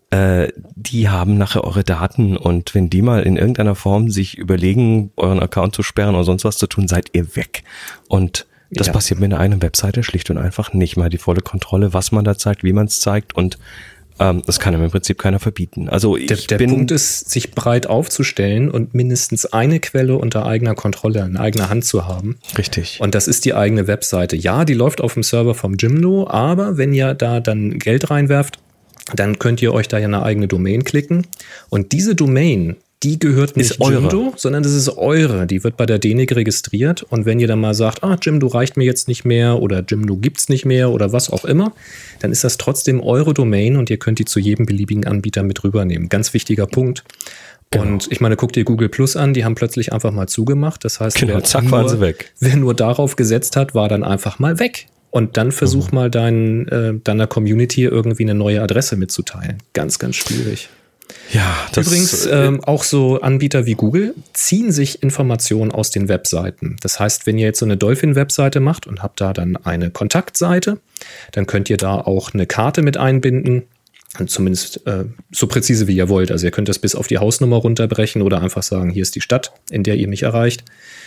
Speaker 2: die haben nachher eure Daten und wenn die mal in irgendeiner Form sich überlegen, euren Account zu sperren oder sonst was zu tun, seid ihr weg. Und das passiert mit einer eigenen Webseite schlicht und einfach nicht. Mal die volle Kontrolle, was man da zeigt, wie man es zeigt und das kann im Prinzip keiner verbieten. Also
Speaker 1: der Punkt ist, sich breit aufzustellen und mindestens eine Quelle unter eigener Kontrolle, in eigener Hand zu haben.
Speaker 2: Richtig.
Speaker 1: Und das ist die eigene Webseite. Ja, die läuft auf dem Server vom Jimdo, aber wenn ihr da dann Geld reinwerft, dann könnt ihr euch da ja eine eigene Domain klicken. Und diese Domain, die gehört nicht Jimdo, sondern das ist eure. Die wird bei der DENIC registriert. Und wenn ihr dann mal sagt, Jimdo reicht mir jetzt nicht mehr oder Jimdo gibt's nicht mehr oder was auch immer, dann ist das trotzdem eure Domain und ihr könnt die zu jedem beliebigen Anbieter mit rübernehmen. Ganz wichtiger Punkt. Genau. Und ich meine, guck dir Google Plus an, die haben plötzlich einfach mal zugemacht. Das heißt,
Speaker 2: waren sie weg.
Speaker 1: Wer nur darauf gesetzt hat, war dann einfach mal weg. Und dann versuch mal deiner Community irgendwie eine neue Adresse mitzuteilen. Ganz, ganz schwierig.
Speaker 2: Ja, das
Speaker 1: übrigens, auch so Anbieter wie Google ziehen sich Informationen aus den Webseiten. Das heißt, wenn ihr jetzt so eine Dolphin-Webseite macht und habt da dann eine Kontaktseite, dann könnt ihr da auch eine Karte mit einbinden. Und zumindest so präzise wie ihr wollt. Also ihr könnt das bis auf die Hausnummer runterbrechen oder einfach sagen, hier ist die Stadt, in der ihr mich erreicht.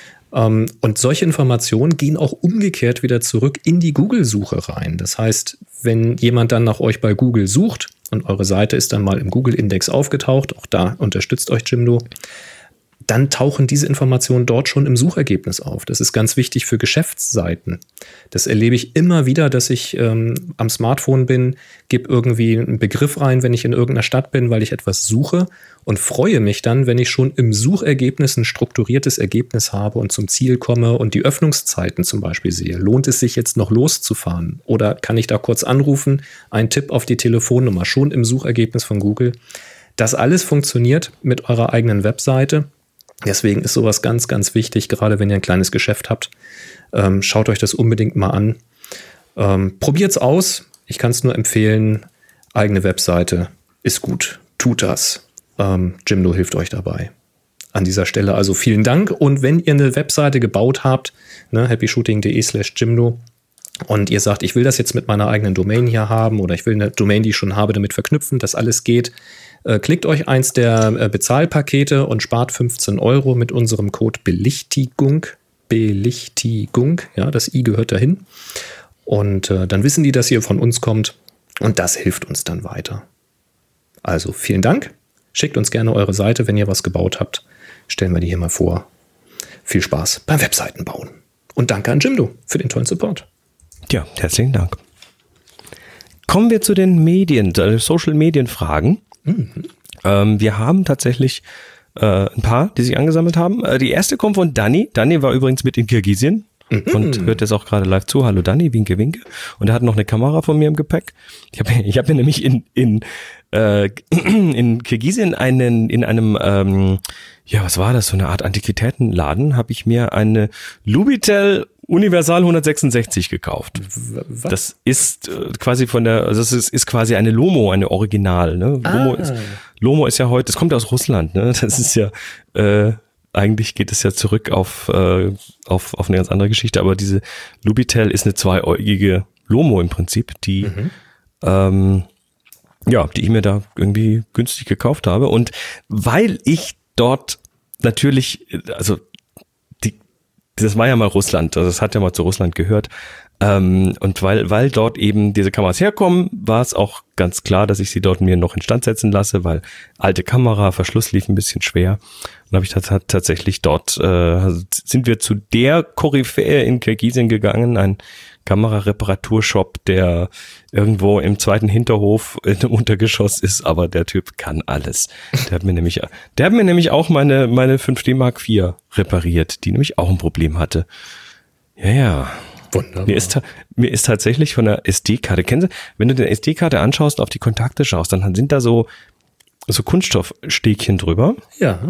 Speaker 1: Und solche Informationen gehen auch umgekehrt wieder zurück in die Google-Suche rein. Das heißt, wenn jemand dann nach euch bei Google sucht und eure Seite ist dann mal im Google-Index aufgetaucht, auch da unterstützt euch Jimdo, dann tauchen diese Informationen dort schon im Suchergebnis auf. Das ist ganz wichtig für Geschäftsseiten. Das erlebe ich immer wieder, dass ich am Smartphone bin, gebe irgendwie einen Begriff rein, wenn ich in irgendeiner Stadt bin, weil ich etwas suche und freue mich dann, wenn ich schon im Suchergebnis ein strukturiertes Ergebnis habe und zum Ziel komme und die Öffnungszeiten zum Beispiel sehe. Lohnt es sich jetzt noch loszufahren? Oder kann ich da kurz anrufen, einen Tipp auf die Telefonnummer, schon im Suchergebnis von Google? Das alles funktioniert mit eurer eigenen Webseite. Deswegen ist sowas ganz, ganz wichtig, gerade wenn ihr ein kleines Geschäft habt. Schaut euch das unbedingt mal an. Probiert's aus. Ich kann es nur empfehlen. Eigene Webseite ist gut. Tut das. Jimdo hilft euch dabei. An dieser Stelle also vielen Dank. Und wenn ihr eine Webseite gebaut habt, happyshooting.de/Jimdo, und ihr sagt, ich will das jetzt mit meiner eigenen Domain hier haben oder ich will eine Domain, die ich schon habe, damit verknüpfen, das alles geht, klickt euch eins der Bezahlpakete und spart 15 € mit unserem Code Belichtigung. Belichtigung, ja, das I gehört dahin. Und dann wissen die, dass ihr von uns kommt und das hilft uns dann weiter. Also vielen Dank. Schickt uns gerne eure Seite, wenn ihr was gebaut habt. Stellen wir die hier mal vor. Viel Spaß beim Webseitenbauen. Und danke an Jimdo für den tollen Support.
Speaker 2: Ja, herzlichen Dank. Kommen wir zu den Medien, Social-Medien-Fragen. Wir haben tatsächlich ein paar, die sich angesammelt haben. Die erste kommt von Danny. Danny war übrigens mit in Kirgisien und hört jetzt auch gerade live zu. Hallo Danny, winke, winke. Und er hat noch eine Kamera von mir im Gepäck. Ich hab mir nämlich in Kirgisien in einem was war das, so eine Art Antiquitätenladen, habe ich mir eine Lubitel Universal 166 gekauft. Was? Das ist quasi ist quasi eine Lomo, eine Original. Ne? Lomo ist ja heute, das kommt aus Russland. Ne? Das ist ja eigentlich geht es ja zurück auf eine ganz andere Geschichte. Aber diese Lubitel ist eine zweiäugige Lomo im Prinzip, die die ich mir da irgendwie günstig gekauft habe. Und weil ich dort natürlich, also das war ja mal Russland, also das hat ja mal zu Russland gehört. Und weil dort eben diese Kameras herkommen, war es auch ganz klar, dass ich sie dort mir noch instand setzen lasse, weil alte Kamera, Verschluss lief ein bisschen schwer. Und habe ich tatsächlich dort, sind wir zu der Koryphäe in Kirgisien gegangen, ein Kamerareparatursshop, der irgendwo im zweiten Hinterhof im Untergeschoss ist, aber der Typ kann alles. Der hat mir nämlich auch meine 5D Mark IV repariert, die nämlich auch ein Problem hatte. Ja. Wunderbar. Mir ist tatsächlich von der SD-Karte, kennen Sie, wenn du die SD-Karte anschaust und auf die Kontakte schaust, dann sind da so Kunststoffstäbchen drüber.
Speaker 1: Ja.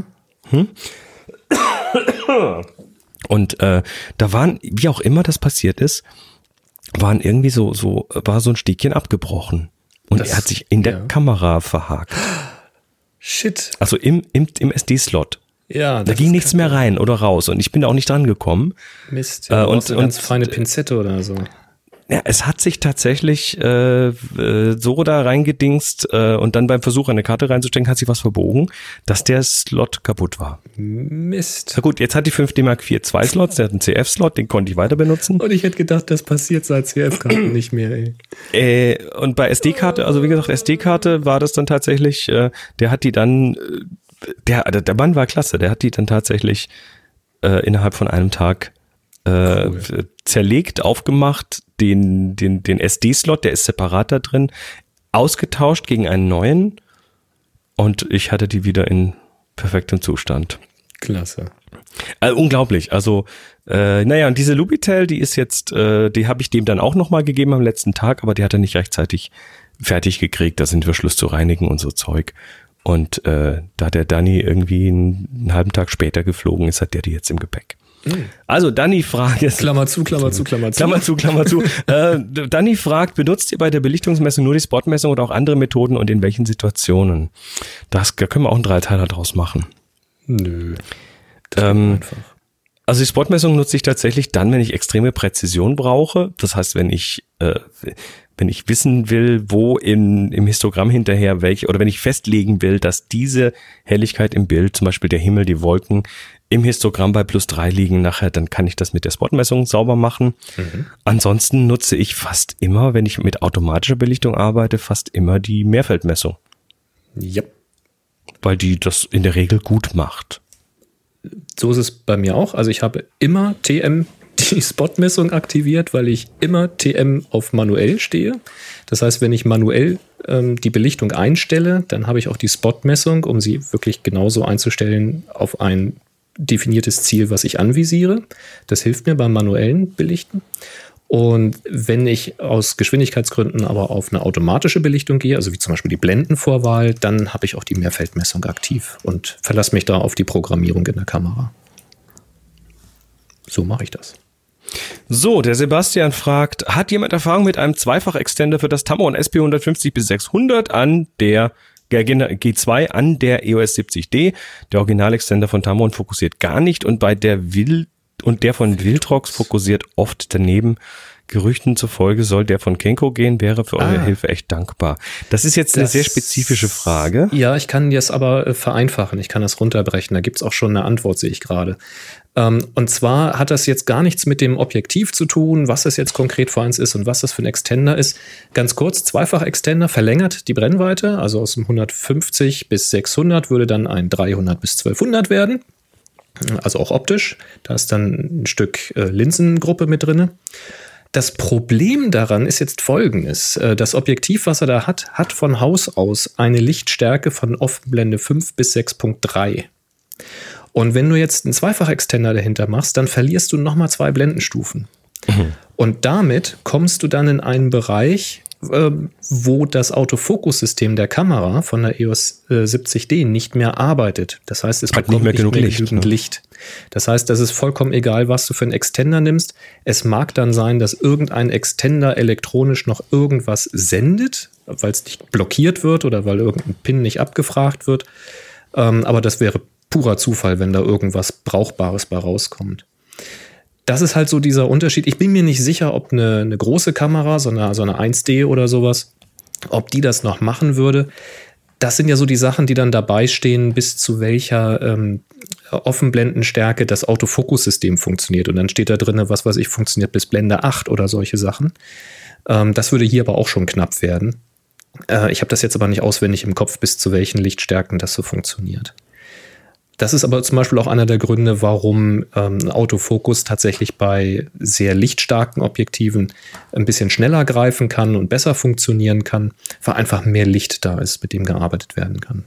Speaker 2: Und da waren, wie auch immer das passiert ist, waren irgendwie war so ein Stäbchen abgebrochen. Und er hat sich in der Kamera verhakt.
Speaker 1: Shit.
Speaker 2: Also im SD-Slot.
Speaker 1: Ja,
Speaker 2: Da ging nichts mehr rein oder raus und ich bin da auch nicht dran gekommen.
Speaker 1: Mist. Ja,
Speaker 2: und
Speaker 1: eine ganz feine Pinzette oder so.
Speaker 2: Ja, es hat sich tatsächlich so da reingedingst und dann beim Versuch eine Karte reinzustecken, hat sich was verbogen, dass der Slot kaputt war.
Speaker 1: Mist.
Speaker 2: Na gut, jetzt hat die 5D Mark IV 2 Slots, der hat einen CF-Slot, den konnte ich weiter benutzen.
Speaker 1: Und ich hätte gedacht, das passiert seit CF-Karten nicht mehr, ey.
Speaker 2: Und bei SD-Karte, also wie gesagt, SD-Karte war das dann tatsächlich, der hat die dann, der Mann war klasse, der hat die dann tatsächlich innerhalb von einem Tag zerlegt, aufgemacht, den SD-Slot, der ist separat da drin, ausgetauscht gegen einen neuen und ich hatte die wieder in perfektem Zustand.
Speaker 1: Klasse.
Speaker 2: Unglaublich. Also, und diese Lubitel, die ist jetzt, die habe ich dem dann auch nochmal gegeben am letzten Tag, aber die hat er nicht rechtzeitig fertig gekriegt. Da sind wir Schluss zu reinigen und so Zeug. Und da der Danny irgendwie einen halben Tag später geflogen ist, hat der die jetzt im Gepäck. Also Danny fragt jetzt.
Speaker 1: Klammer zu.
Speaker 2: Danny fragt, benutzt ihr bei der Belichtungsmessung nur die Spotmessung oder auch andere Methoden und in welchen Situationen? Da können wir auch einen Dreiteiler draus machen.
Speaker 1: Nö.
Speaker 2: Einfach. Also die Spotmessung nutze ich tatsächlich dann, wenn ich extreme Präzision brauche. Das heißt, wenn ich wissen will, wo im Histogramm hinterher oder wenn ich festlegen will, dass diese Helligkeit im Bild, zum Beispiel der Himmel, die Wolken, im Histogramm bei +3 liegen nachher, dann kann ich das mit der Spotmessung sauber machen. Mhm. Ansonsten nutze ich fast immer, wenn ich mit automatischer Belichtung arbeite, fast immer die Mehrfeldmessung.
Speaker 1: Ja.
Speaker 2: Weil die das in der Regel gut macht.
Speaker 1: So ist es bei mir auch. Also ich habe immer TM die Spotmessung aktiviert, weil ich immer TM auf manuell stehe. Das heißt, wenn ich manuell die Belichtung einstelle, dann habe ich auch die Spotmessung, um sie wirklich genauso einzustellen auf ein definiertes Ziel, was ich anvisiere. Das hilft mir beim manuellen Belichten. Und wenn ich aus Geschwindigkeitsgründen aber auf eine automatische Belichtung gehe, also wie zum Beispiel die Blendenvorwahl, dann habe ich auch die Mehrfeldmessung aktiv und verlasse mich da auf die Programmierung in der Kamera. So mache ich das. So, der Sebastian fragt, hat jemand Erfahrung mit einem Zweifach-Extender für das Tamron SP150-600 an der G2 an der EOS 70D? Der Original-Extender von Tamron fokussiert gar nicht und der von Viltrox fokussiert oft daneben. Gerüchten zufolge soll der von Kenko gehen, wäre für eure Hilfe echt dankbar. Das ist jetzt eine sehr spezifische Frage. Ja, ich kann das aber vereinfachen, ich kann das runterbrechen, da gibt's auch schon eine Antwort, sehe ich gerade. Und zwar hat das jetzt gar nichts mit dem Objektiv zu tun, was das jetzt konkret für eins ist und was das für ein Extender ist. Ganz kurz, Zweifach-Extender verlängert die Brennweite, also aus dem 150 bis 600 würde dann ein 300 bis 1200 werden. Also auch optisch, da ist dann ein Stück Linsengruppe mit drin. Das Problem daran ist jetzt folgendes. Das Objektiv, was er da hat, hat von Haus aus eine Lichtstärke von Offenblende 5 bis 6.3. Und wenn du jetzt einen Zweifach-Extender dahinter machst, dann verlierst du nochmal 2 Blendenstufen. Mhm. Und damit kommst du dann in einen Bereich, wo das Autofokussystem der Kamera von der EOS 70D nicht mehr arbeitet. Das heißt, es bekommt nicht mehr genügend Licht. Das heißt, das ist vollkommen egal, was du für einen Extender nimmst. Es mag dann sein, dass irgendein Extender elektronisch noch irgendwas sendet, weil es nicht blockiert wird oder weil irgendein Pin nicht abgefragt wird. Aber das wäre purer Zufall, wenn da irgendwas Brauchbares bei rauskommt. Das ist halt so dieser Unterschied. Ich bin mir nicht sicher, ob eine große Kamera, so eine 1D oder sowas, ob die das noch machen würde. Das sind ja so die Sachen, die dann dabei stehen, bis zu welcher Offenblendenstärke das Autofokussystem funktioniert. Und dann steht da drin, was weiß ich, funktioniert bis Blende 8 oder solche Sachen. Das würde hier aber auch schon knapp werden. Ich habe das jetzt aber nicht auswendig im Kopf, bis zu welchen Lichtstärken das so funktioniert. Das ist aber zum Beispiel auch einer der Gründe, warum Autofokus tatsächlich bei sehr lichtstarken Objektiven ein bisschen schneller greifen kann und besser funktionieren kann, weil einfach mehr Licht da ist, mit dem gearbeitet werden kann.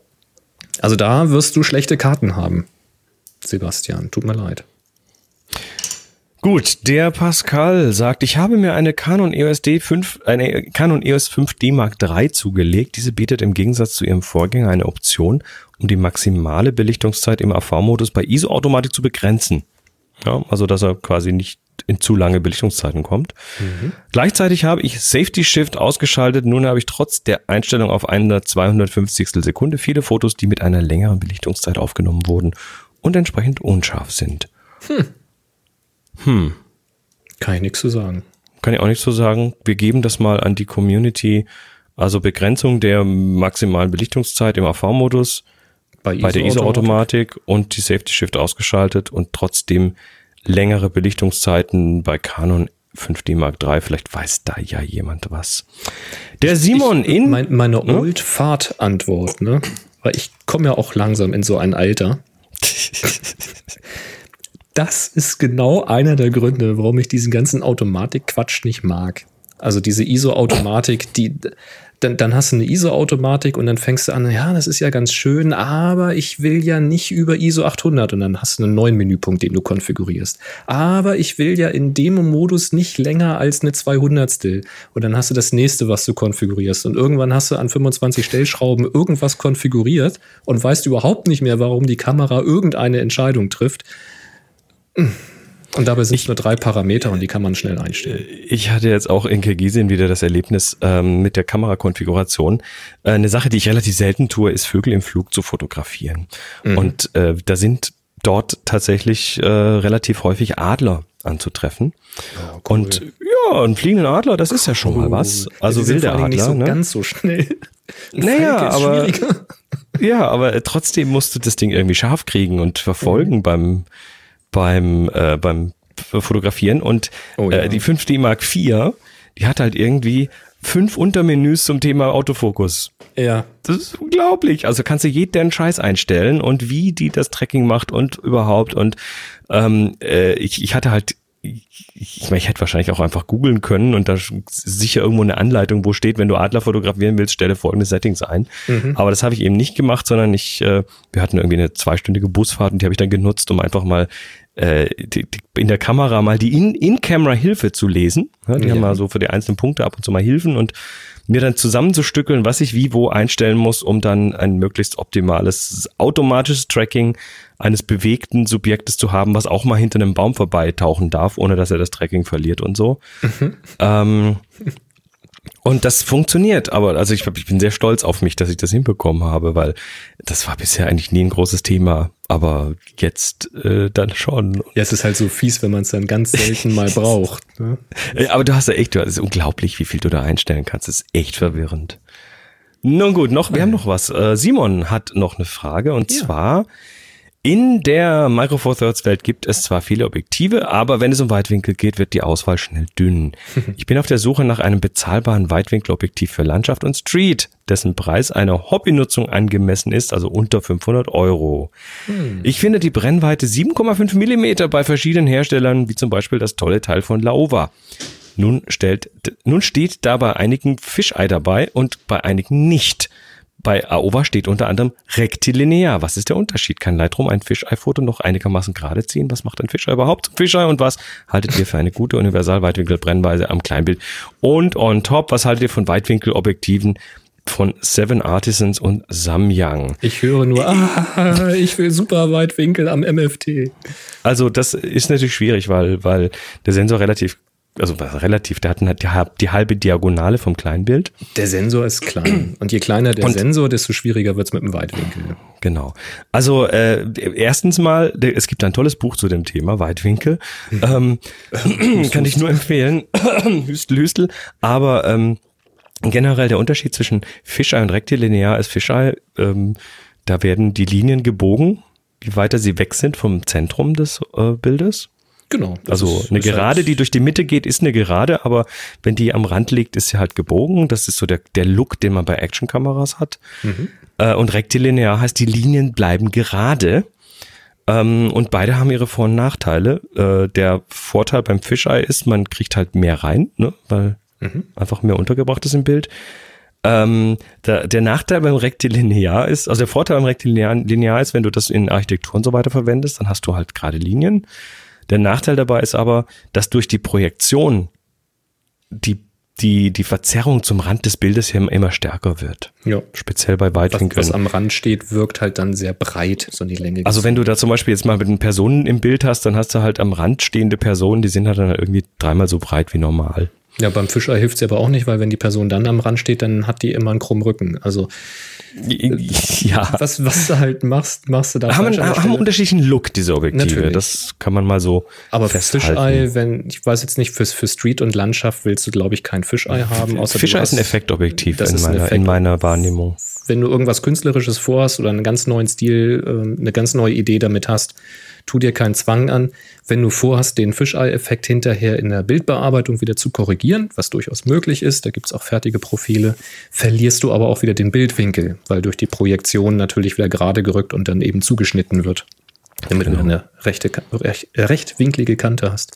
Speaker 1: Also da wirst du schlechte Karten haben, Sebastian. Tut mir leid. Gut, der Pascal sagt, ich habe mir eine Canon EOS 5D Mark III zugelegt. Diese bietet im Gegensatz zu ihrem Vorgänger eine Option, um die maximale Belichtungszeit im AV-Modus bei ISO-Automatik zu begrenzen. Ja, also dass er quasi nicht
Speaker 2: in zu lange Belichtungszeiten kommt. Gleichzeitig habe ich Safety Shift ausgeschaltet. Nun habe ich trotz der Einstellung auf 250 Sekunde viele Fotos, die mit einer längeren Belichtungszeit aufgenommen wurden und entsprechend unscharf sind.
Speaker 1: Kann ich nichts zu sagen.
Speaker 2: Kann ich auch nichts zu sagen. Wir geben das mal an die Community. Also Begrenzung der maximalen Belichtungszeit im AV-Modus bei der ISO-Automatik und die Safety Shift ausgeschaltet und trotzdem längere Belichtungszeiten bei Canon 5D Mark III. Vielleicht weiß da ja jemand was. Der Simon
Speaker 1: meine Old-Fart-Antwort, ne? Weil ich komme ja auch langsam in so ein Alter. Das ist genau einer der Gründe, warum ich diesen ganzen Automatik-Quatsch nicht mag. Also diese ISO-Automatik, dann hast du eine ISO-Automatik und dann fängst du an, ja, das ist ja ganz schön, aber ich will ja nicht über ISO 800 und dann hast du einen neuen Menüpunkt, den du konfigurierst. Aber ich will ja in dem Modus nicht länger als eine 200stel und dann hast du das nächste, was du konfigurierst und irgendwann hast du an 25 Stellschrauben irgendwas konfiguriert und weißt überhaupt nicht mehr, warum die Kamera irgendeine Entscheidung trifft. Und dabei sind es nur 3 Parameter und die kann man schnell einstellen.
Speaker 2: Ich hatte jetzt auch in Kirgisien wieder das Erlebnis mit der Kamerakonfiguration. Eine Sache, die ich relativ selten tue, ist Vögel im Flug zu fotografieren. Und da sind dort tatsächlich relativ häufig Adler anzutreffen. Oh, cool. Und ja, einen fliegenden Adler, das ist ja schon mal was. Also
Speaker 1: ja,
Speaker 2: wilde Adler.
Speaker 1: Nicht so ganz so schnell.
Speaker 2: Naja, aber trotzdem musst du das Ding irgendwie scharf kriegen und verfolgen beim Fotografieren und die 5D Mark IV, die hat halt irgendwie 5 Untermenüs zum Thema Autofokus.
Speaker 1: Ja.
Speaker 2: Das ist unglaublich. Also kannst du jeden Scheiß einstellen und wie die das Tracking macht und überhaupt und ich hatte halt ich hätte wahrscheinlich auch einfach googeln können und da ist sicher irgendwo eine Anleitung, wo steht, wenn du Adler fotografieren willst, stelle folgende Settings ein. Aber das habe ich eben nicht gemacht, sondern wir hatten irgendwie eine 2-stündige Busfahrt und die habe ich dann genutzt, um einfach mal in der Kamera mal die In-Camera-Hilfe zu lesen. Ja, die haben mal so für die einzelnen Punkte ab und zu mal Hilfen und mir dann zusammenzustückeln, was ich wie wo einstellen muss, um dann ein möglichst optimales automatisches Tracking eines bewegten Subjektes zu haben, was auch mal hinter einem Baum vorbeitauchen darf, ohne dass er das Tracking verliert und so. Und das funktioniert, aber also ich bin sehr stolz auf mich, dass ich das hinbekommen habe, weil das war bisher eigentlich nie ein großes Thema, aber jetzt dann schon.
Speaker 1: Ja, es ist halt so fies, wenn man es dann ganz selten mal braucht. Ne?
Speaker 2: Aber du hast ja echt, es ist unglaublich, wie viel du da einstellen kannst, das ist echt verwirrend. Nun gut, wir haben noch was. Simon hat noch eine Frage und zwar: In der Micro Four Thirds Welt gibt es zwar viele Objektive, aber wenn es um Weitwinkel geht, wird die Auswahl schnell dünn. Ich bin auf der Suche nach einem bezahlbaren Weitwinkelobjektiv für Landschaft und Street, dessen Preis einer Hobbynutzung angemessen ist, also unter 500 €. Ich finde die Brennweite 7,5 mm bei verschiedenen Herstellern, wie zum Beispiel das tolle Teil von Laowa. Nun steht da bei einigen Fisheye dabei und bei einigen nicht. Bei AOVA steht unter anderem rektilinear. Was ist der Unterschied? Kann Lightroom ein Fisheye-Foto noch einigermaßen gerade ziehen? Was macht ein Fisheye überhaupt zum Fisheye? Und was haltet ihr für eine gute Universal-Weitwinkel-Brennweite am Kleinbild? Und on top, was haltet ihr von Weitwinkelobjektiven von Seven Artisans und Samyang?
Speaker 1: Ich höre nur, ich will super Weitwinkel am MFT.
Speaker 2: Also das ist natürlich schwierig, weil der Sensor der hat die halbe Diagonale vom Kleinbild.
Speaker 1: Der Sensor ist klein. Und je kleiner der Sensor, desto schwieriger wird es mit dem Weitwinkel.
Speaker 2: Genau. Also erstens mal, es gibt ein tolles Buch zu dem Thema, Weitwinkel. Kann ich nur empfehlen. Hüstel. Aber generell der Unterschied zwischen Fisheye und rektilinear ist Fisheye, da werden die Linien gebogen, je weiter sie weg sind vom Zentrum des Bildes.
Speaker 1: Genau.
Speaker 2: Also eine Gerade, die durch die Mitte geht, ist eine Gerade, aber wenn die am Rand liegt, ist sie halt gebogen. Das ist so der Look, den man bei Actionkameras hat. Und rektilinear heißt, die Linien bleiben gerade. Und beide haben ihre Vor- und Nachteile. Der Vorteil beim Fisheye ist, man kriegt halt mehr rein, ne? Weil einfach mehr untergebracht ist im Bild. Der Nachteil beim Rektilinear ist, also der Vorteil beim Rektilinear ist, wenn du das in Architektur und so weiter verwendest, dann hast du halt gerade Linien. Der Nachteil dabei ist aber, dass durch die Projektion die die Verzerrung zum Rand des Bildes hier immer stärker wird.
Speaker 1: Ja.
Speaker 2: Speziell bei Weitwinkeln.
Speaker 1: Was am Rand steht, wirkt halt dann sehr breit, so in die Länge.
Speaker 2: Also wenn du da zum Beispiel jetzt mal mit den Personen im Bild hast, dann hast du halt am Rand stehende Personen, die sind halt dann irgendwie 3-mal so breit wie normal.
Speaker 1: Ja, beim Fischei hilft es aber auch nicht, weil wenn die Person dann am Rand steht, dann hat die immer einen krummen Rücken. Also
Speaker 2: ja.
Speaker 1: Was du halt machst du da falsch an der
Speaker 2: haben
Speaker 1: Stelle.
Speaker 2: unterschiedlichen Look, diese Objektive.
Speaker 1: Natürlich.
Speaker 2: Das kann man mal so
Speaker 1: Aber
Speaker 2: festhalten.
Speaker 1: Fischei, ich weiß jetzt nicht, für Street und Landschaft willst du, glaube ich, kein Fischei haben. Außer
Speaker 2: Fischei ist ein Effektobjektiv
Speaker 1: Effekt.
Speaker 2: in meiner Wahrnehmung.
Speaker 1: Wenn du irgendwas Künstlerisches vorhast oder einen ganz neuen Stil, eine ganz neue Idee damit hast, tu dir keinen Zwang an. Wenn du vorhast, den Fischei-Effekt hinterher in der Bildbearbeitung wieder zu korrigieren, was durchaus möglich ist, da gibt es auch fertige Profile, verlierst du aber auch wieder den Bildwinkel, weil durch die Projektion natürlich wieder gerade gerückt und dann eben zugeschnitten wird, damit du eine rechtwinklige Kante hast.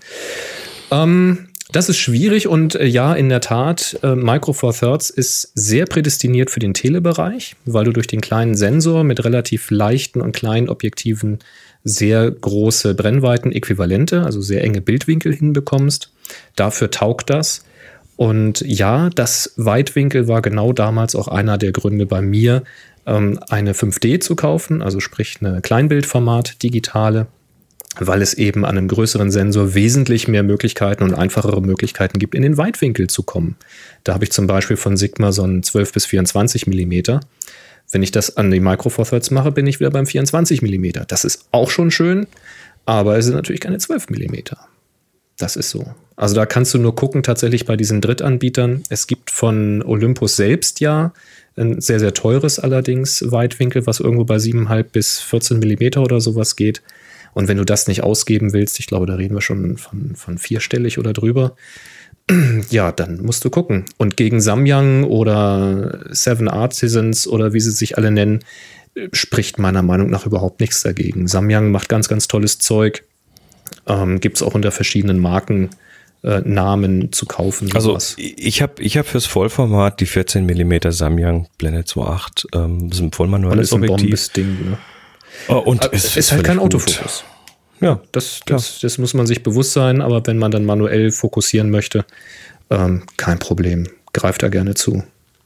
Speaker 1: Das ist schwierig und ja, in der Tat, Micro Four Thirds ist sehr prädestiniert für den Telebereich, weil du durch den kleinen Sensor mit relativ leichten und kleinen Objektiven sehr große Brennweiten-Äquivalente, also sehr enge Bildwinkel hinbekommst. Dafür taugt das. Und ja, das Weitwinkel war genau damals auch einer der Gründe bei mir, eine 5D zu kaufen, also sprich eine Kleinbildformat, digitale, weil es eben an einem größeren Sensor wesentlich mehr Möglichkeiten und einfachere Möglichkeiten gibt, in den Weitwinkel zu kommen. Da habe ich zum Beispiel von Sigma so einen 12 bis 24 Millimeter. Wenn ich das an die Micro Four Thirds mache, bin ich wieder beim 24 Millimeter. Das ist auch schon schön, aber es sind natürlich keine 12 Millimeter. Das ist so. Also da kannst du nur gucken, tatsächlich bei diesen Drittanbietern. Es gibt von Olympus selbst ja ein sehr, sehr teures allerdings Weitwinkel, was irgendwo bei 7,5 bis 14 Millimeter oder sowas geht. Und wenn du das nicht ausgeben willst, ich glaube, da reden wir schon von vierstellig oder drüber, ja, dann musst du gucken. Und gegen Samyang oder Seven Artisans oder wie sie sich alle nennen, spricht meiner Meinung nach überhaupt nichts dagegen. Samyang macht ganz, ganz tolles Zeug. Gibt es auch unter verschiedenen Markennamen zu kaufen.
Speaker 2: Sowas. Also ich hab fürs Vollformat die 14 mm Samyang Blende 2.8. Das ist ein vollmanuelles Objektiv.
Speaker 1: Ein Bombes-Ding, ne?
Speaker 2: Und
Speaker 1: es ist halt kein Autofokus.
Speaker 2: Ja,
Speaker 1: das muss man sich bewusst sein, aber wenn man dann manuell fokussieren möchte, kein Problem. Greift da gerne zu.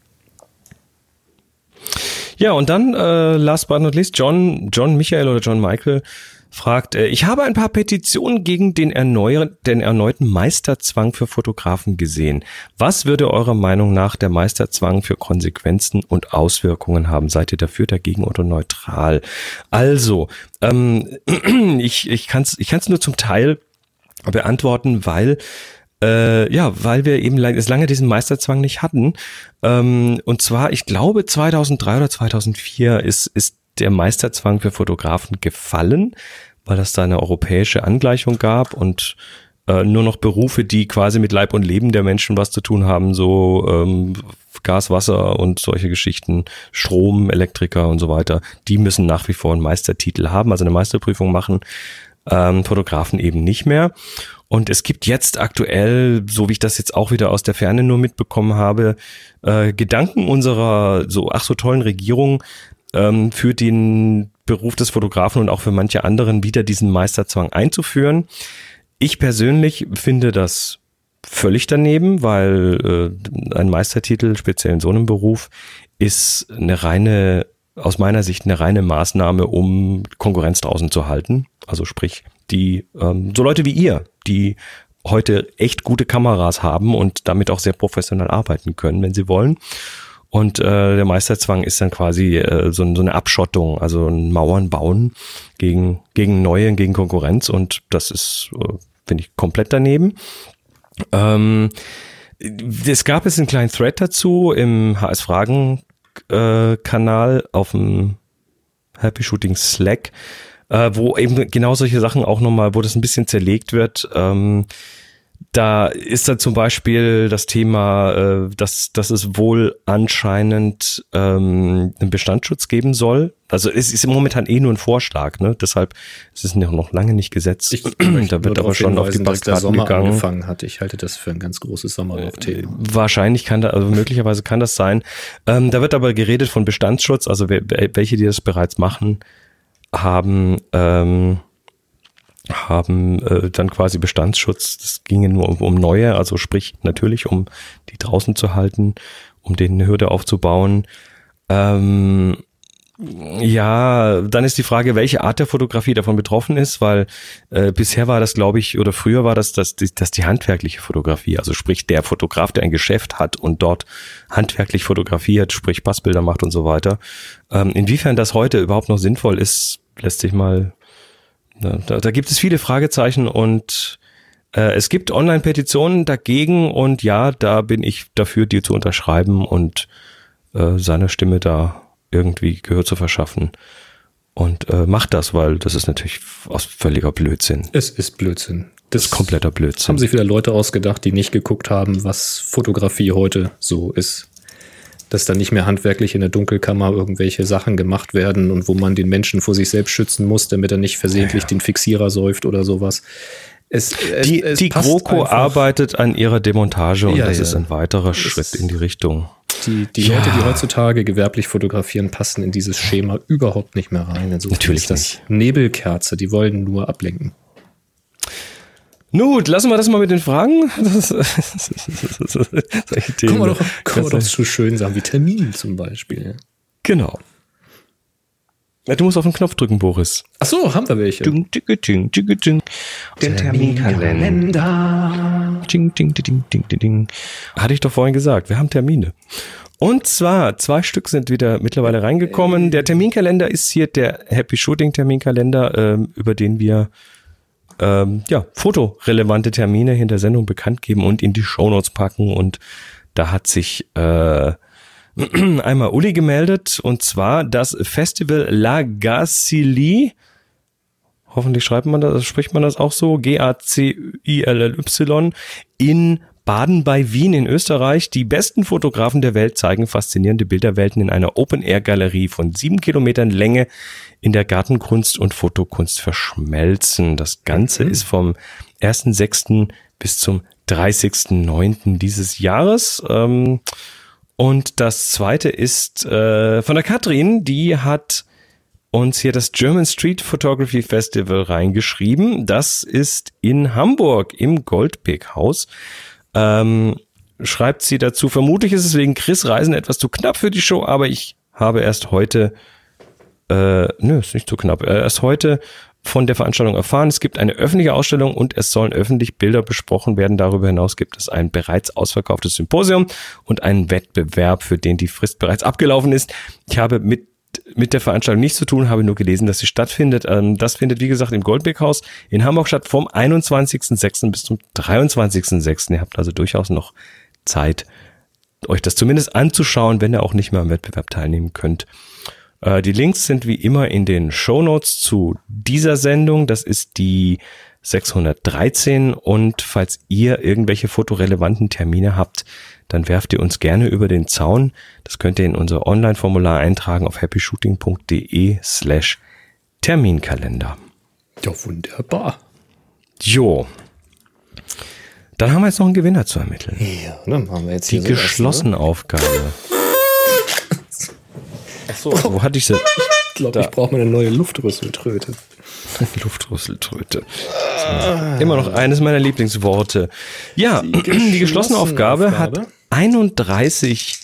Speaker 2: Ja, und dann, last but not least, John Michael oder John Michael fragt, ich habe ein paar Petitionen gegen den erneuten Meisterzwang für Fotografen gesehen. Was würde eurer Meinung nach der Meisterzwang für Konsequenzen und Auswirkungen haben? Seid ihr dafür, dagegen oder neutral? Also, ich kann's nur zum Teil beantworten, weil wir eben lange diesen Meisterzwang nicht hatten. Und zwar, ich glaube, 2003 oder 2004 ist der Meisterzwang für Fotografen gefallen, weil es da eine europäische Angleichung gab und nur noch Berufe, die quasi mit Leib und Leben der Menschen was zu tun haben, so Gas, Wasser und solche Geschichten, Strom, Elektriker und so weiter, die müssen nach wie vor einen Meistertitel haben, also eine Meisterprüfung machen, Fotografen eben nicht mehr. Und es gibt jetzt aktuell, so wie ich das jetzt auch wieder aus der Ferne nur mitbekommen habe, Gedanken unserer so tollen Regierung, für den Beruf des Fotografen und auch für manche anderen wieder diesen Meisterzwang einzuführen. Ich persönlich finde das völlig daneben, weil ein Meistertitel, speziell in so einem Beruf, ist aus meiner Sicht eine reine Maßnahme, um Konkurrenz draußen zu halten. Also sprich, so Leute wie ihr, die heute echt gute Kameras haben und damit auch sehr professionell arbeiten können, wenn sie wollen. Und der Meisterzwang ist dann quasi so eine Abschottung, also ein Mauern bauen gegen gegen Konkurrenz. Und das ist, finde ich, komplett daneben. Es gab jetzt einen kleinen Thread dazu im HS-Fragen-Kanal auf dem Happy Shooting Slack, wo eben genau solche Sachen auch nochmal, wo das ein bisschen zerlegt wird. Da ist dann zum Beispiel das Thema, dass es wohl anscheinend einen Bestandsschutz geben soll. Also es ist momentan nur ein Vorschlag, ne? Deshalb ist es noch lange nicht gesetzt. Da wird aber schon auf die Basskarten gegangen.
Speaker 1: Angefangen hat. Ich halte das für ein ganz großes Sommerlaufthema.
Speaker 2: Wahrscheinlich möglicherweise kann das sein. Da wird aber geredet von Bestandsschutz, also welche, die das bereits machen, haben haben dann quasi Bestandsschutz. Das ginge nur um neue, also sprich natürlich, um die draußen zu halten, um denen eine Hürde aufzubauen. Ja, dann ist die Frage, welche Art der Fotografie davon betroffen ist, weil bisher war das, glaube ich, oder früher war das die handwerkliche Fotografie, also sprich der Fotograf, der ein Geschäft hat und dort handwerklich fotografiert, sprich Passbilder macht und so weiter. Inwiefern das heute überhaupt noch sinnvoll ist, lässt sich mal, da gibt es viele Fragezeichen und es gibt Online-Petitionen dagegen und ja, da bin ich dafür, die zu unterschreiben und seiner Stimme da irgendwie Gehör zu verschaffen. Und macht das, weil das ist natürlich aus völliger Blödsinn.
Speaker 1: Es ist Blödsinn.
Speaker 2: Das ist kompletter Blödsinn.
Speaker 1: Haben sich wieder Leute ausgedacht, die nicht geguckt haben, was Fotografie heute so ist. Dass da nicht mehr handwerklich in der Dunkelkammer irgendwelche Sachen gemacht werden und wo man den Menschen vor sich selbst schützen muss, damit er nicht versehentlich den Fixierer säuft oder sowas.
Speaker 2: Die GroKo arbeitet an ihrer Demontage und das ist ein weiterer Schritt in die Richtung.
Speaker 1: Die Leute, die heutzutage gewerblich fotografieren, passen in dieses Schema überhaupt nicht mehr rein. Insofern
Speaker 2: natürlich
Speaker 1: ist das Nebelkerze, die wollen nur ablenken.
Speaker 2: Gut, lassen wir das mal mit den Fragen.
Speaker 1: Können wir doch so schön sagen, wie Termin zum Beispiel.
Speaker 2: Genau. Ja, du musst auf den Knopf drücken, Boris.
Speaker 1: Ach so, haben wir welche.
Speaker 2: Den Terminkalender. Hatte ich doch vorhin gesagt, wir haben Termine. Und zwar, 2 Stück sind wieder mittlerweile reingekommen. Der Terminkalender ist hier der Happy Shooting Terminkalender, über den wir fotorelevante Termine hinter Sendung bekannt geben und in die Shownotes packen. Und da hat sich einmal Uli gemeldet, und zwar das Festival La Gacilly. Hoffentlich spricht man das auch so, Gacilly, in Baden bei Wien in Österreich. Die besten Fotografen der Welt zeigen faszinierende Bilderwelten in einer Open-Air-Galerie von 7 Kilometern Länge in der Gartenkunst und Fotokunst verschmelzen. Das Ganze ist vom 1.6. bis zum 30.9. dieses Jahres. Und das zweite ist von der Katrin, die hat uns hier das German Street Photography Festival reingeschrieben. Das ist in Hamburg im Goldbeck-Haus. Schreibt sie dazu, vermutlich ist es wegen Chris Reisen etwas zu knapp für die Show, aber ich habe erst heute, ist nicht zu knapp, erst heute von der Veranstaltung erfahren. Es gibt eine öffentliche Ausstellung und es sollen öffentlich Bilder besprochen werden. Darüber hinaus gibt es ein bereits ausverkauftes Symposium und einen Wettbewerb, für den die Frist bereits abgelaufen ist. Ich habe mit der Veranstaltung nichts zu tun, habe nur gelesen, dass sie stattfindet. Das findet, wie gesagt, im Goldbeck-Haus in Hamburg statt, vom 21.06. bis zum 23.06. Ihr habt also durchaus noch Zeit, euch das zumindest anzuschauen, wenn ihr auch nicht mehr am Wettbewerb teilnehmen könnt. Die Links sind wie immer in den Shownotes zu dieser Sendung. Das ist die 613. Und falls ihr irgendwelche fotorelevanten Termine habt, dann werft ihr uns gerne über den Zaun. Das könnt ihr in unser Online-Formular eintragen auf happyshooting.de/Terminkalender.
Speaker 1: Ja, wunderbar.
Speaker 2: Jo. Dann haben wir jetzt noch einen Gewinner zu ermitteln.
Speaker 1: Ja, dann haben wir jetzt
Speaker 2: die geschlossene Aufgabe. Achso, wo hatte ich sie?
Speaker 1: Ich glaube, ich brauche mal eine neue Luftrüsseltröte.
Speaker 2: Luftrüsseltröte. Immer noch eines meiner Lieblingsworte. Ja, die geschlossene Aufgabe hat 31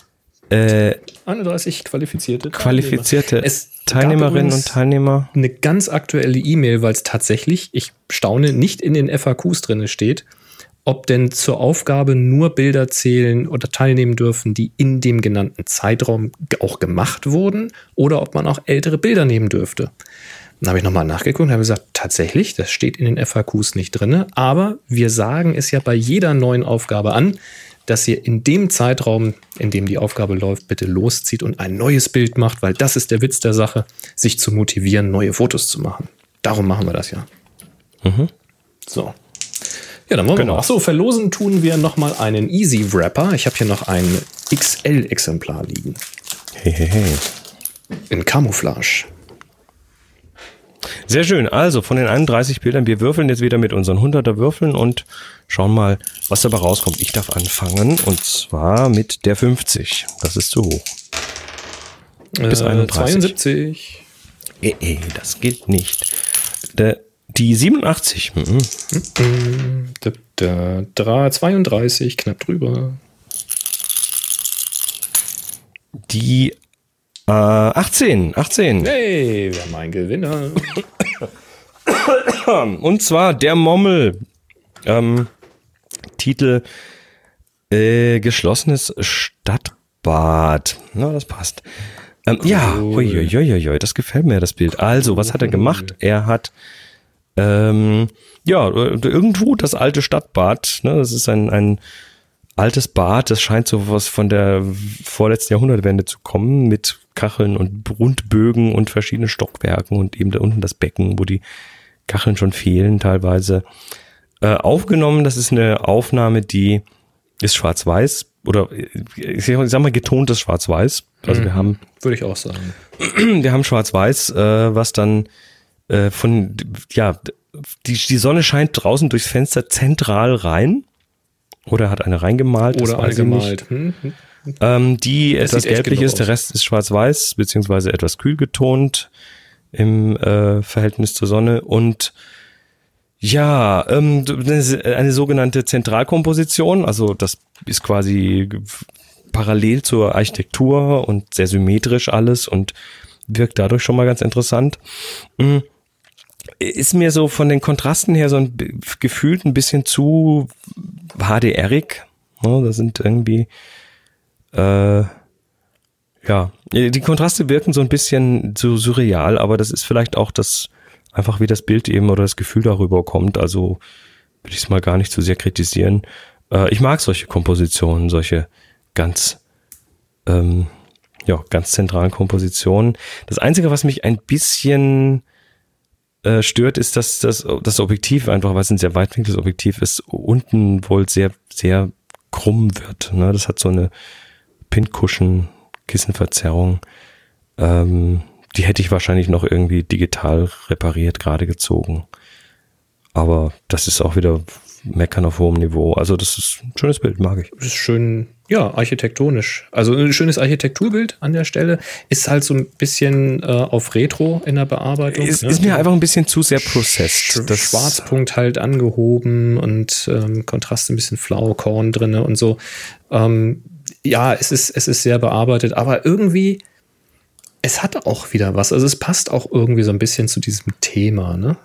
Speaker 1: qualifizierte
Speaker 2: Teilnehmerinnen und Teilnehmer.
Speaker 1: Eine ganz aktuelle E-Mail, weil es tatsächlich, ich staune, nicht in den FAQs drin steht, ob denn zur Aufgabe nur Bilder zählen oder teilnehmen dürfen, die in dem genannten Zeitraum auch gemacht wurden, oder ob man auch ältere Bilder nehmen dürfte. Dann habe ich nochmal nachgeguckt und habe gesagt, tatsächlich, das steht in den FAQs nicht drin, aber wir sagen es ja bei jeder neuen Aufgabe an, dass ihr in dem Zeitraum, in dem die Aufgabe läuft, bitte loszieht und ein neues Bild macht, weil das ist der Witz der Sache, sich zu motivieren, neue Fotos zu machen. Darum machen wir das ja.
Speaker 2: Mhm.
Speaker 1: So. Ja, dann wollen wir mal. Achso, verlosen tun wir nochmal einen Easy Wrapper. Ich habe hier noch ein XL-Exemplar liegen.
Speaker 2: Hey.
Speaker 1: In Camouflage.
Speaker 2: Sehr schön. Also von den 31 Bildern, wir würfeln jetzt wieder mit unseren 100er Würfeln und schauen mal, was dabei rauskommt. Ich darf anfangen, und zwar mit der 50. Das ist zu hoch. Bis 31.
Speaker 1: 72.
Speaker 2: Das geht nicht. Die 87.
Speaker 1: 32, knapp drüber.
Speaker 2: Die 18.
Speaker 1: Hey, wir haben einen Gewinner.
Speaker 2: Und zwar der Mommel. Titel Geschlossenes Stadtbad. Na, das passt. Ja, das gefällt mir, das Bild. Also, was hat er gemacht? Er hat irgendwo das alte Stadtbad. Ne? Das ist ein altes Bad, das scheint so was von der vorletzten Jahrhundertwende zu kommen, mit Kacheln und Rundbögen und verschiedenen Stockwerken und eben da unten das Becken, wo die Kacheln schon fehlen teilweise. Aufgenommen, das ist eine Aufnahme, die ist schwarz-weiß oder ich sag mal getontes Schwarz-Weiß. Also wir haben,
Speaker 1: würde ich auch sagen.
Speaker 2: Wir haben Schwarz-Weiß, was dann die Sonne scheint draußen durchs Fenster zentral rein. Oder hat eine reingemalt.
Speaker 1: Oder eine gemalt.
Speaker 2: Die etwas gelblich ist, der Rest ist schwarz-weiß, beziehungsweise etwas kühl getont im Verhältnis zur Sonne. Und ja, eine sogenannte Zentralkomposition, also das ist quasi parallel zur Architektur und sehr symmetrisch alles und wirkt dadurch schon mal ganz interessant. Ist mir so von den Kontrasten her so gefühlt ein bisschen zu HDR-ig. Ja, da sind irgendwie die Kontraste wirken so ein bisschen so surreal, aber das ist vielleicht auch das einfach wie das Bild eben oder das Gefühl darüber kommt. Also will ich es mal gar nicht zu sehr kritisieren. Ich mag solche Kompositionen, solche ganz zentralen Kompositionen. Das Einzige, was mich ein bisschen stört, ist, dass das Objektiv einfach, weil es ein sehr weitwinkliges Objektiv ist, unten wohl sehr, sehr krumm wird. Ne? Das hat so eine Pinnkuschen-Kissenverzerrung. Die hätte ich wahrscheinlich noch irgendwie digital repariert, gerade gezogen. Aber das ist auch wieder Meckern auf hohem Niveau. Also das ist ein schönes Bild, mag ich.
Speaker 1: Das ist schön, ja, architektonisch. Also ein schönes Architekturbild an der Stelle. Ist halt so ein bisschen auf Retro in der Bearbeitung.
Speaker 2: Ist mir einfach ein bisschen zu sehr processed.
Speaker 1: Das Schwarzpunkt halt angehoben und Kontrast ein bisschen flau, Korn drinne und so. Es ist sehr bearbeitet, aber irgendwie es hat auch wieder was. Also es passt auch irgendwie so ein bisschen zu diesem Thema, ne?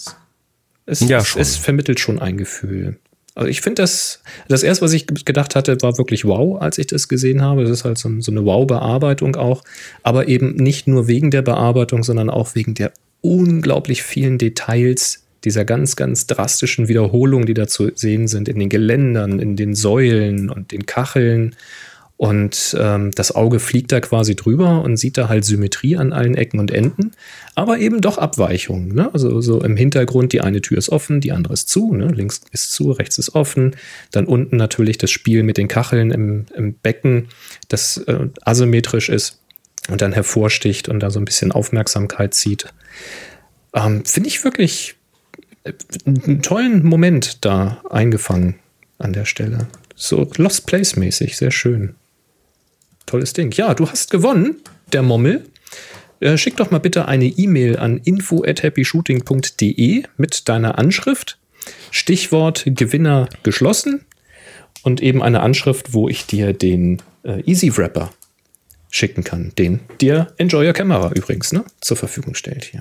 Speaker 1: Es vermittelt schon ein Gefühl. Also ich finde das erste, was ich gedacht hatte, war wirklich wow, als ich das gesehen habe. Das ist halt so eine Wow-Bearbeitung auch. Aber eben nicht nur wegen der Bearbeitung, sondern auch wegen der unglaublich vielen Details, dieser ganz, ganz drastischen Wiederholungen, die da zu sehen sind, in den Geländern, in den Säulen und den Kacheln. Und das Auge fliegt da quasi drüber und sieht da halt Symmetrie an allen Ecken und Enden, aber eben doch Abweichungen. Ne? Also so im Hintergrund, die eine Tür ist offen, die andere ist zu, ne? Links ist zu, rechts ist offen. Dann unten natürlich das Spiel mit den Kacheln im Becken, das asymmetrisch ist und dann hervorsticht und da so ein bisschen Aufmerksamkeit zieht. Finde ich wirklich einen tollen Moment da eingefangen an der Stelle. So Lost Place-mäßig, sehr schön. Tolles Ding. Ja, du hast gewonnen, der Mommel. Schick doch mal bitte eine E-Mail an info@happyshooting.de mit deiner Anschrift. Stichwort Gewinner geschlossen und eben eine Anschrift, wo ich dir den Easy Wrapper schicken kann, den dir Enjoy Your Camera übrigens zur Verfügung stellt hier.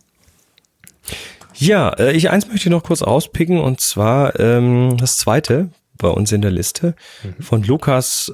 Speaker 2: Ja, eins möchte ich noch kurz rauspicken und zwar das zweite bei uns in der Liste von Lukas.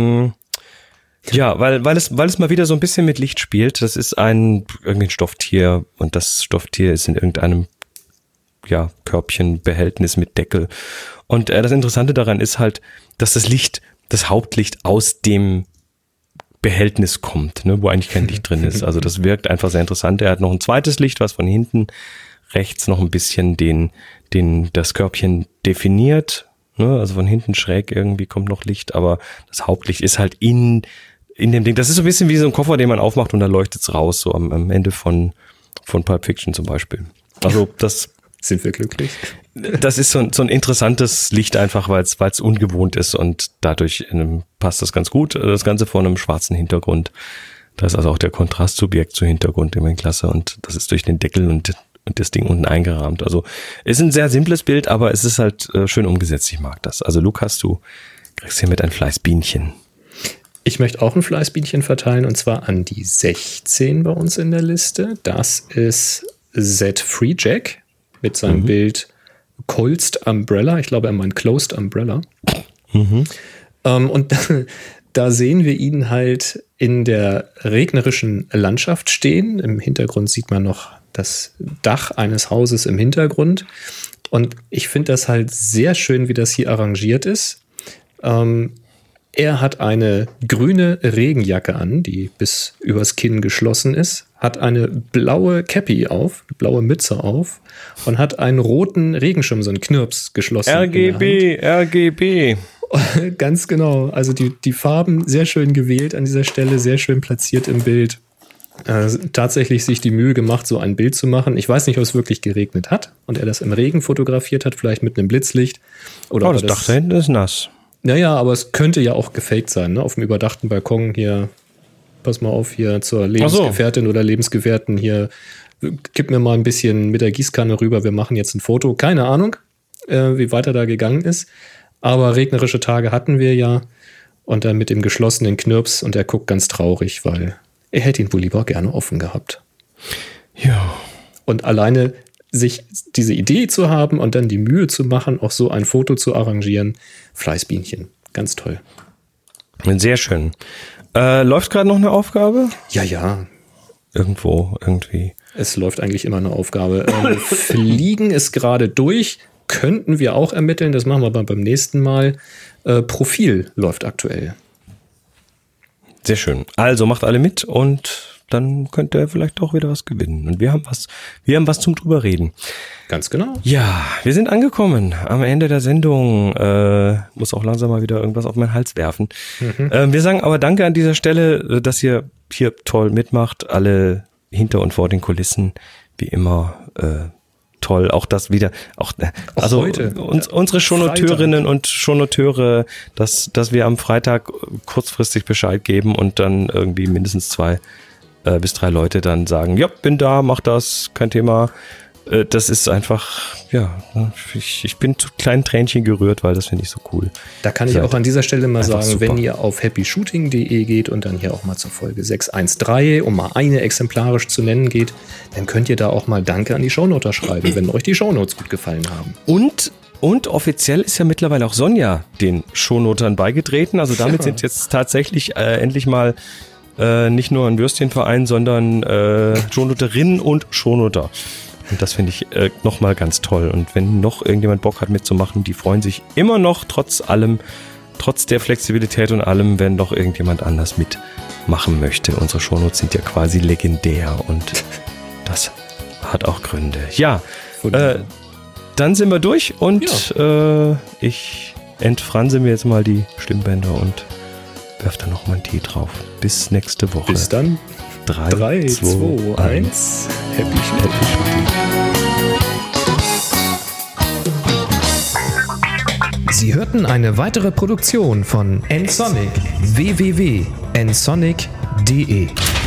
Speaker 2: Weil es mal wieder so ein bisschen mit Licht spielt. Das ist irgendwie ein Stofftier und das Stofftier ist in irgendeinem Körbchenbehältnis mit Deckel. Und das Interessante daran ist halt, dass das Hauptlicht aus dem Behältnis kommt, ne, wo eigentlich kein Licht drin ist. Also das wirkt einfach sehr interessant. Er hat noch ein zweites Licht, was von hinten rechts noch ein bisschen das Körbchen definiert. Ne, also von hinten schräg irgendwie kommt noch Licht, aber das Hauptlicht ist halt in dem Ding. Das ist so ein bisschen wie so ein Koffer, den man aufmacht und da leuchtet es raus, so am Ende von Pulp Fiction zum Beispiel. Also das
Speaker 1: sind wir glücklich.
Speaker 2: Das ist so ein interessantes Licht einfach, weil es ungewohnt ist und dadurch passt das ganz gut. Das Ganze vor einem schwarzen Hintergrund. Da ist also auch der Kontrastsubjekt zu Hintergrund immer klasse und das ist durch den Deckel und und das Ding unten eingerahmt. Also ist ein sehr simples Bild, aber es ist halt schön umgesetzt. Ich mag das. Also Lukas, du kriegst hiermit ein Fleißbienchen.
Speaker 1: Ich möchte auch ein Fleißbienchen verteilen und zwar an die 16 bei uns in der Liste. Das ist Z Free Jack mit seinem Bild Closed Umbrella. Ich glaube, er meint Closed Umbrella. Und da sehen wir ihn halt in der regnerischen Landschaft stehen. Im Hintergrund sieht man noch das Dach eines Hauses im Hintergrund. Und ich finde das halt sehr schön, wie das hier arrangiert ist. Er hat eine grüne Regenjacke an, die bis übers Kinn geschlossen ist, hat eine blaue Cappy auf, eine blaue Mütze auf und hat einen roten Regenschirm, so einen Knirps geschlossen.
Speaker 2: RGB.
Speaker 1: Ganz genau. Also die Farben sehr schön gewählt an dieser Stelle, sehr schön platziert im Bild. Tatsächlich sich die Mühe gemacht, so ein Bild zu machen. Ich weiß nicht, ob es wirklich geregnet hat und er das im Regen fotografiert hat, vielleicht mit einem Blitzlicht. Oder
Speaker 2: das Dach da hinten ist nass.
Speaker 1: Naja, aber es könnte ja auch gefaked sein, ne? Auf dem überdachten Balkon hier, pass mal auf, hier zur Lebensgefährtin oder Lebensgefährten hier, gib mir mal ein bisschen mit der Gießkanne rüber, wir machen jetzt ein Foto. Keine Ahnung, wie weiter da gegangen ist, aber regnerische Tage hatten wir ja und dann mit dem geschlossenen Knirps und er guckt ganz traurig, weil er hätte ihn wohl lieber gerne offen gehabt.
Speaker 2: Ja. Und
Speaker 1: alleine sich diese Idee zu haben und dann die Mühe zu machen, auch so ein Foto zu arrangieren. Fleißbienchen. Ganz toll.
Speaker 2: Sehr schön. Läuft gerade noch eine Aufgabe?
Speaker 1: Ja.
Speaker 2: Irgendwie.
Speaker 1: Es läuft eigentlich immer eine Aufgabe. Fliegen ist gerade durch. Könnten wir auch ermitteln. Das machen wir beim nächsten Mal. Profil läuft aktuell.
Speaker 2: Sehr schön. Also macht alle mit und dann könnte er vielleicht auch wieder was gewinnen. Und wir haben was zum drüber reden.
Speaker 1: Ganz genau.
Speaker 2: Ja, wir sind angekommen am Ende der Sendung. Muss auch langsam mal wieder irgendwas auf meinen Hals werfen. Wir sagen aber danke an dieser Stelle, dass ihr hier toll mitmacht. Alle hinter und vor den Kulissen, wie immer, toll. Auch das wieder, also
Speaker 1: heute,
Speaker 2: unsere Shownoteurinnen und Shownoteure, dass wir am Freitag kurzfristig Bescheid geben und dann irgendwie mindestens 2 bis 3 Leute dann sagen, ja, bin da, mach das, kein Thema. Das ist einfach, ja, ich bin zu kleinen Tränchen gerührt, weil das finde ich so cool.
Speaker 1: Da kann ich auch an dieser Stelle mal sagen,
Speaker 2: super.
Speaker 1: Wenn ihr auf happyshooting.de geht und dann hier auch mal zur Folge 613, um mal eine exemplarisch zu nennen geht, dann könnt ihr da auch mal Danke an die Shownoter schreiben, wenn euch die Shownotes gut gefallen haben.
Speaker 2: Und offiziell ist ja mittlerweile auch Sonja den Shownotern beigetreten. Also damit sind jetzt tatsächlich endlich mal nicht nur ein Würstchenverein, sondern Shownoterinnen und Shownoter. Und das finde ich nochmal ganz toll. Und wenn noch irgendjemand Bock hat mitzumachen, die freuen sich immer noch trotz allem, trotz der Flexibilität und allem, wenn doch irgendjemand anders mitmachen möchte. Unsere Shownotes sind ja quasi legendär und das hat auch Gründe. Ja, dann sind wir durch und ich entfranse mir jetzt mal die Stimmbänder und werf da noch mal einen Tee drauf. Bis nächste Woche.
Speaker 1: Bis dann. 3, 2, 1. Happy Shooting. Sie hörten eine weitere Produktion von nsonic. www.nsonic.de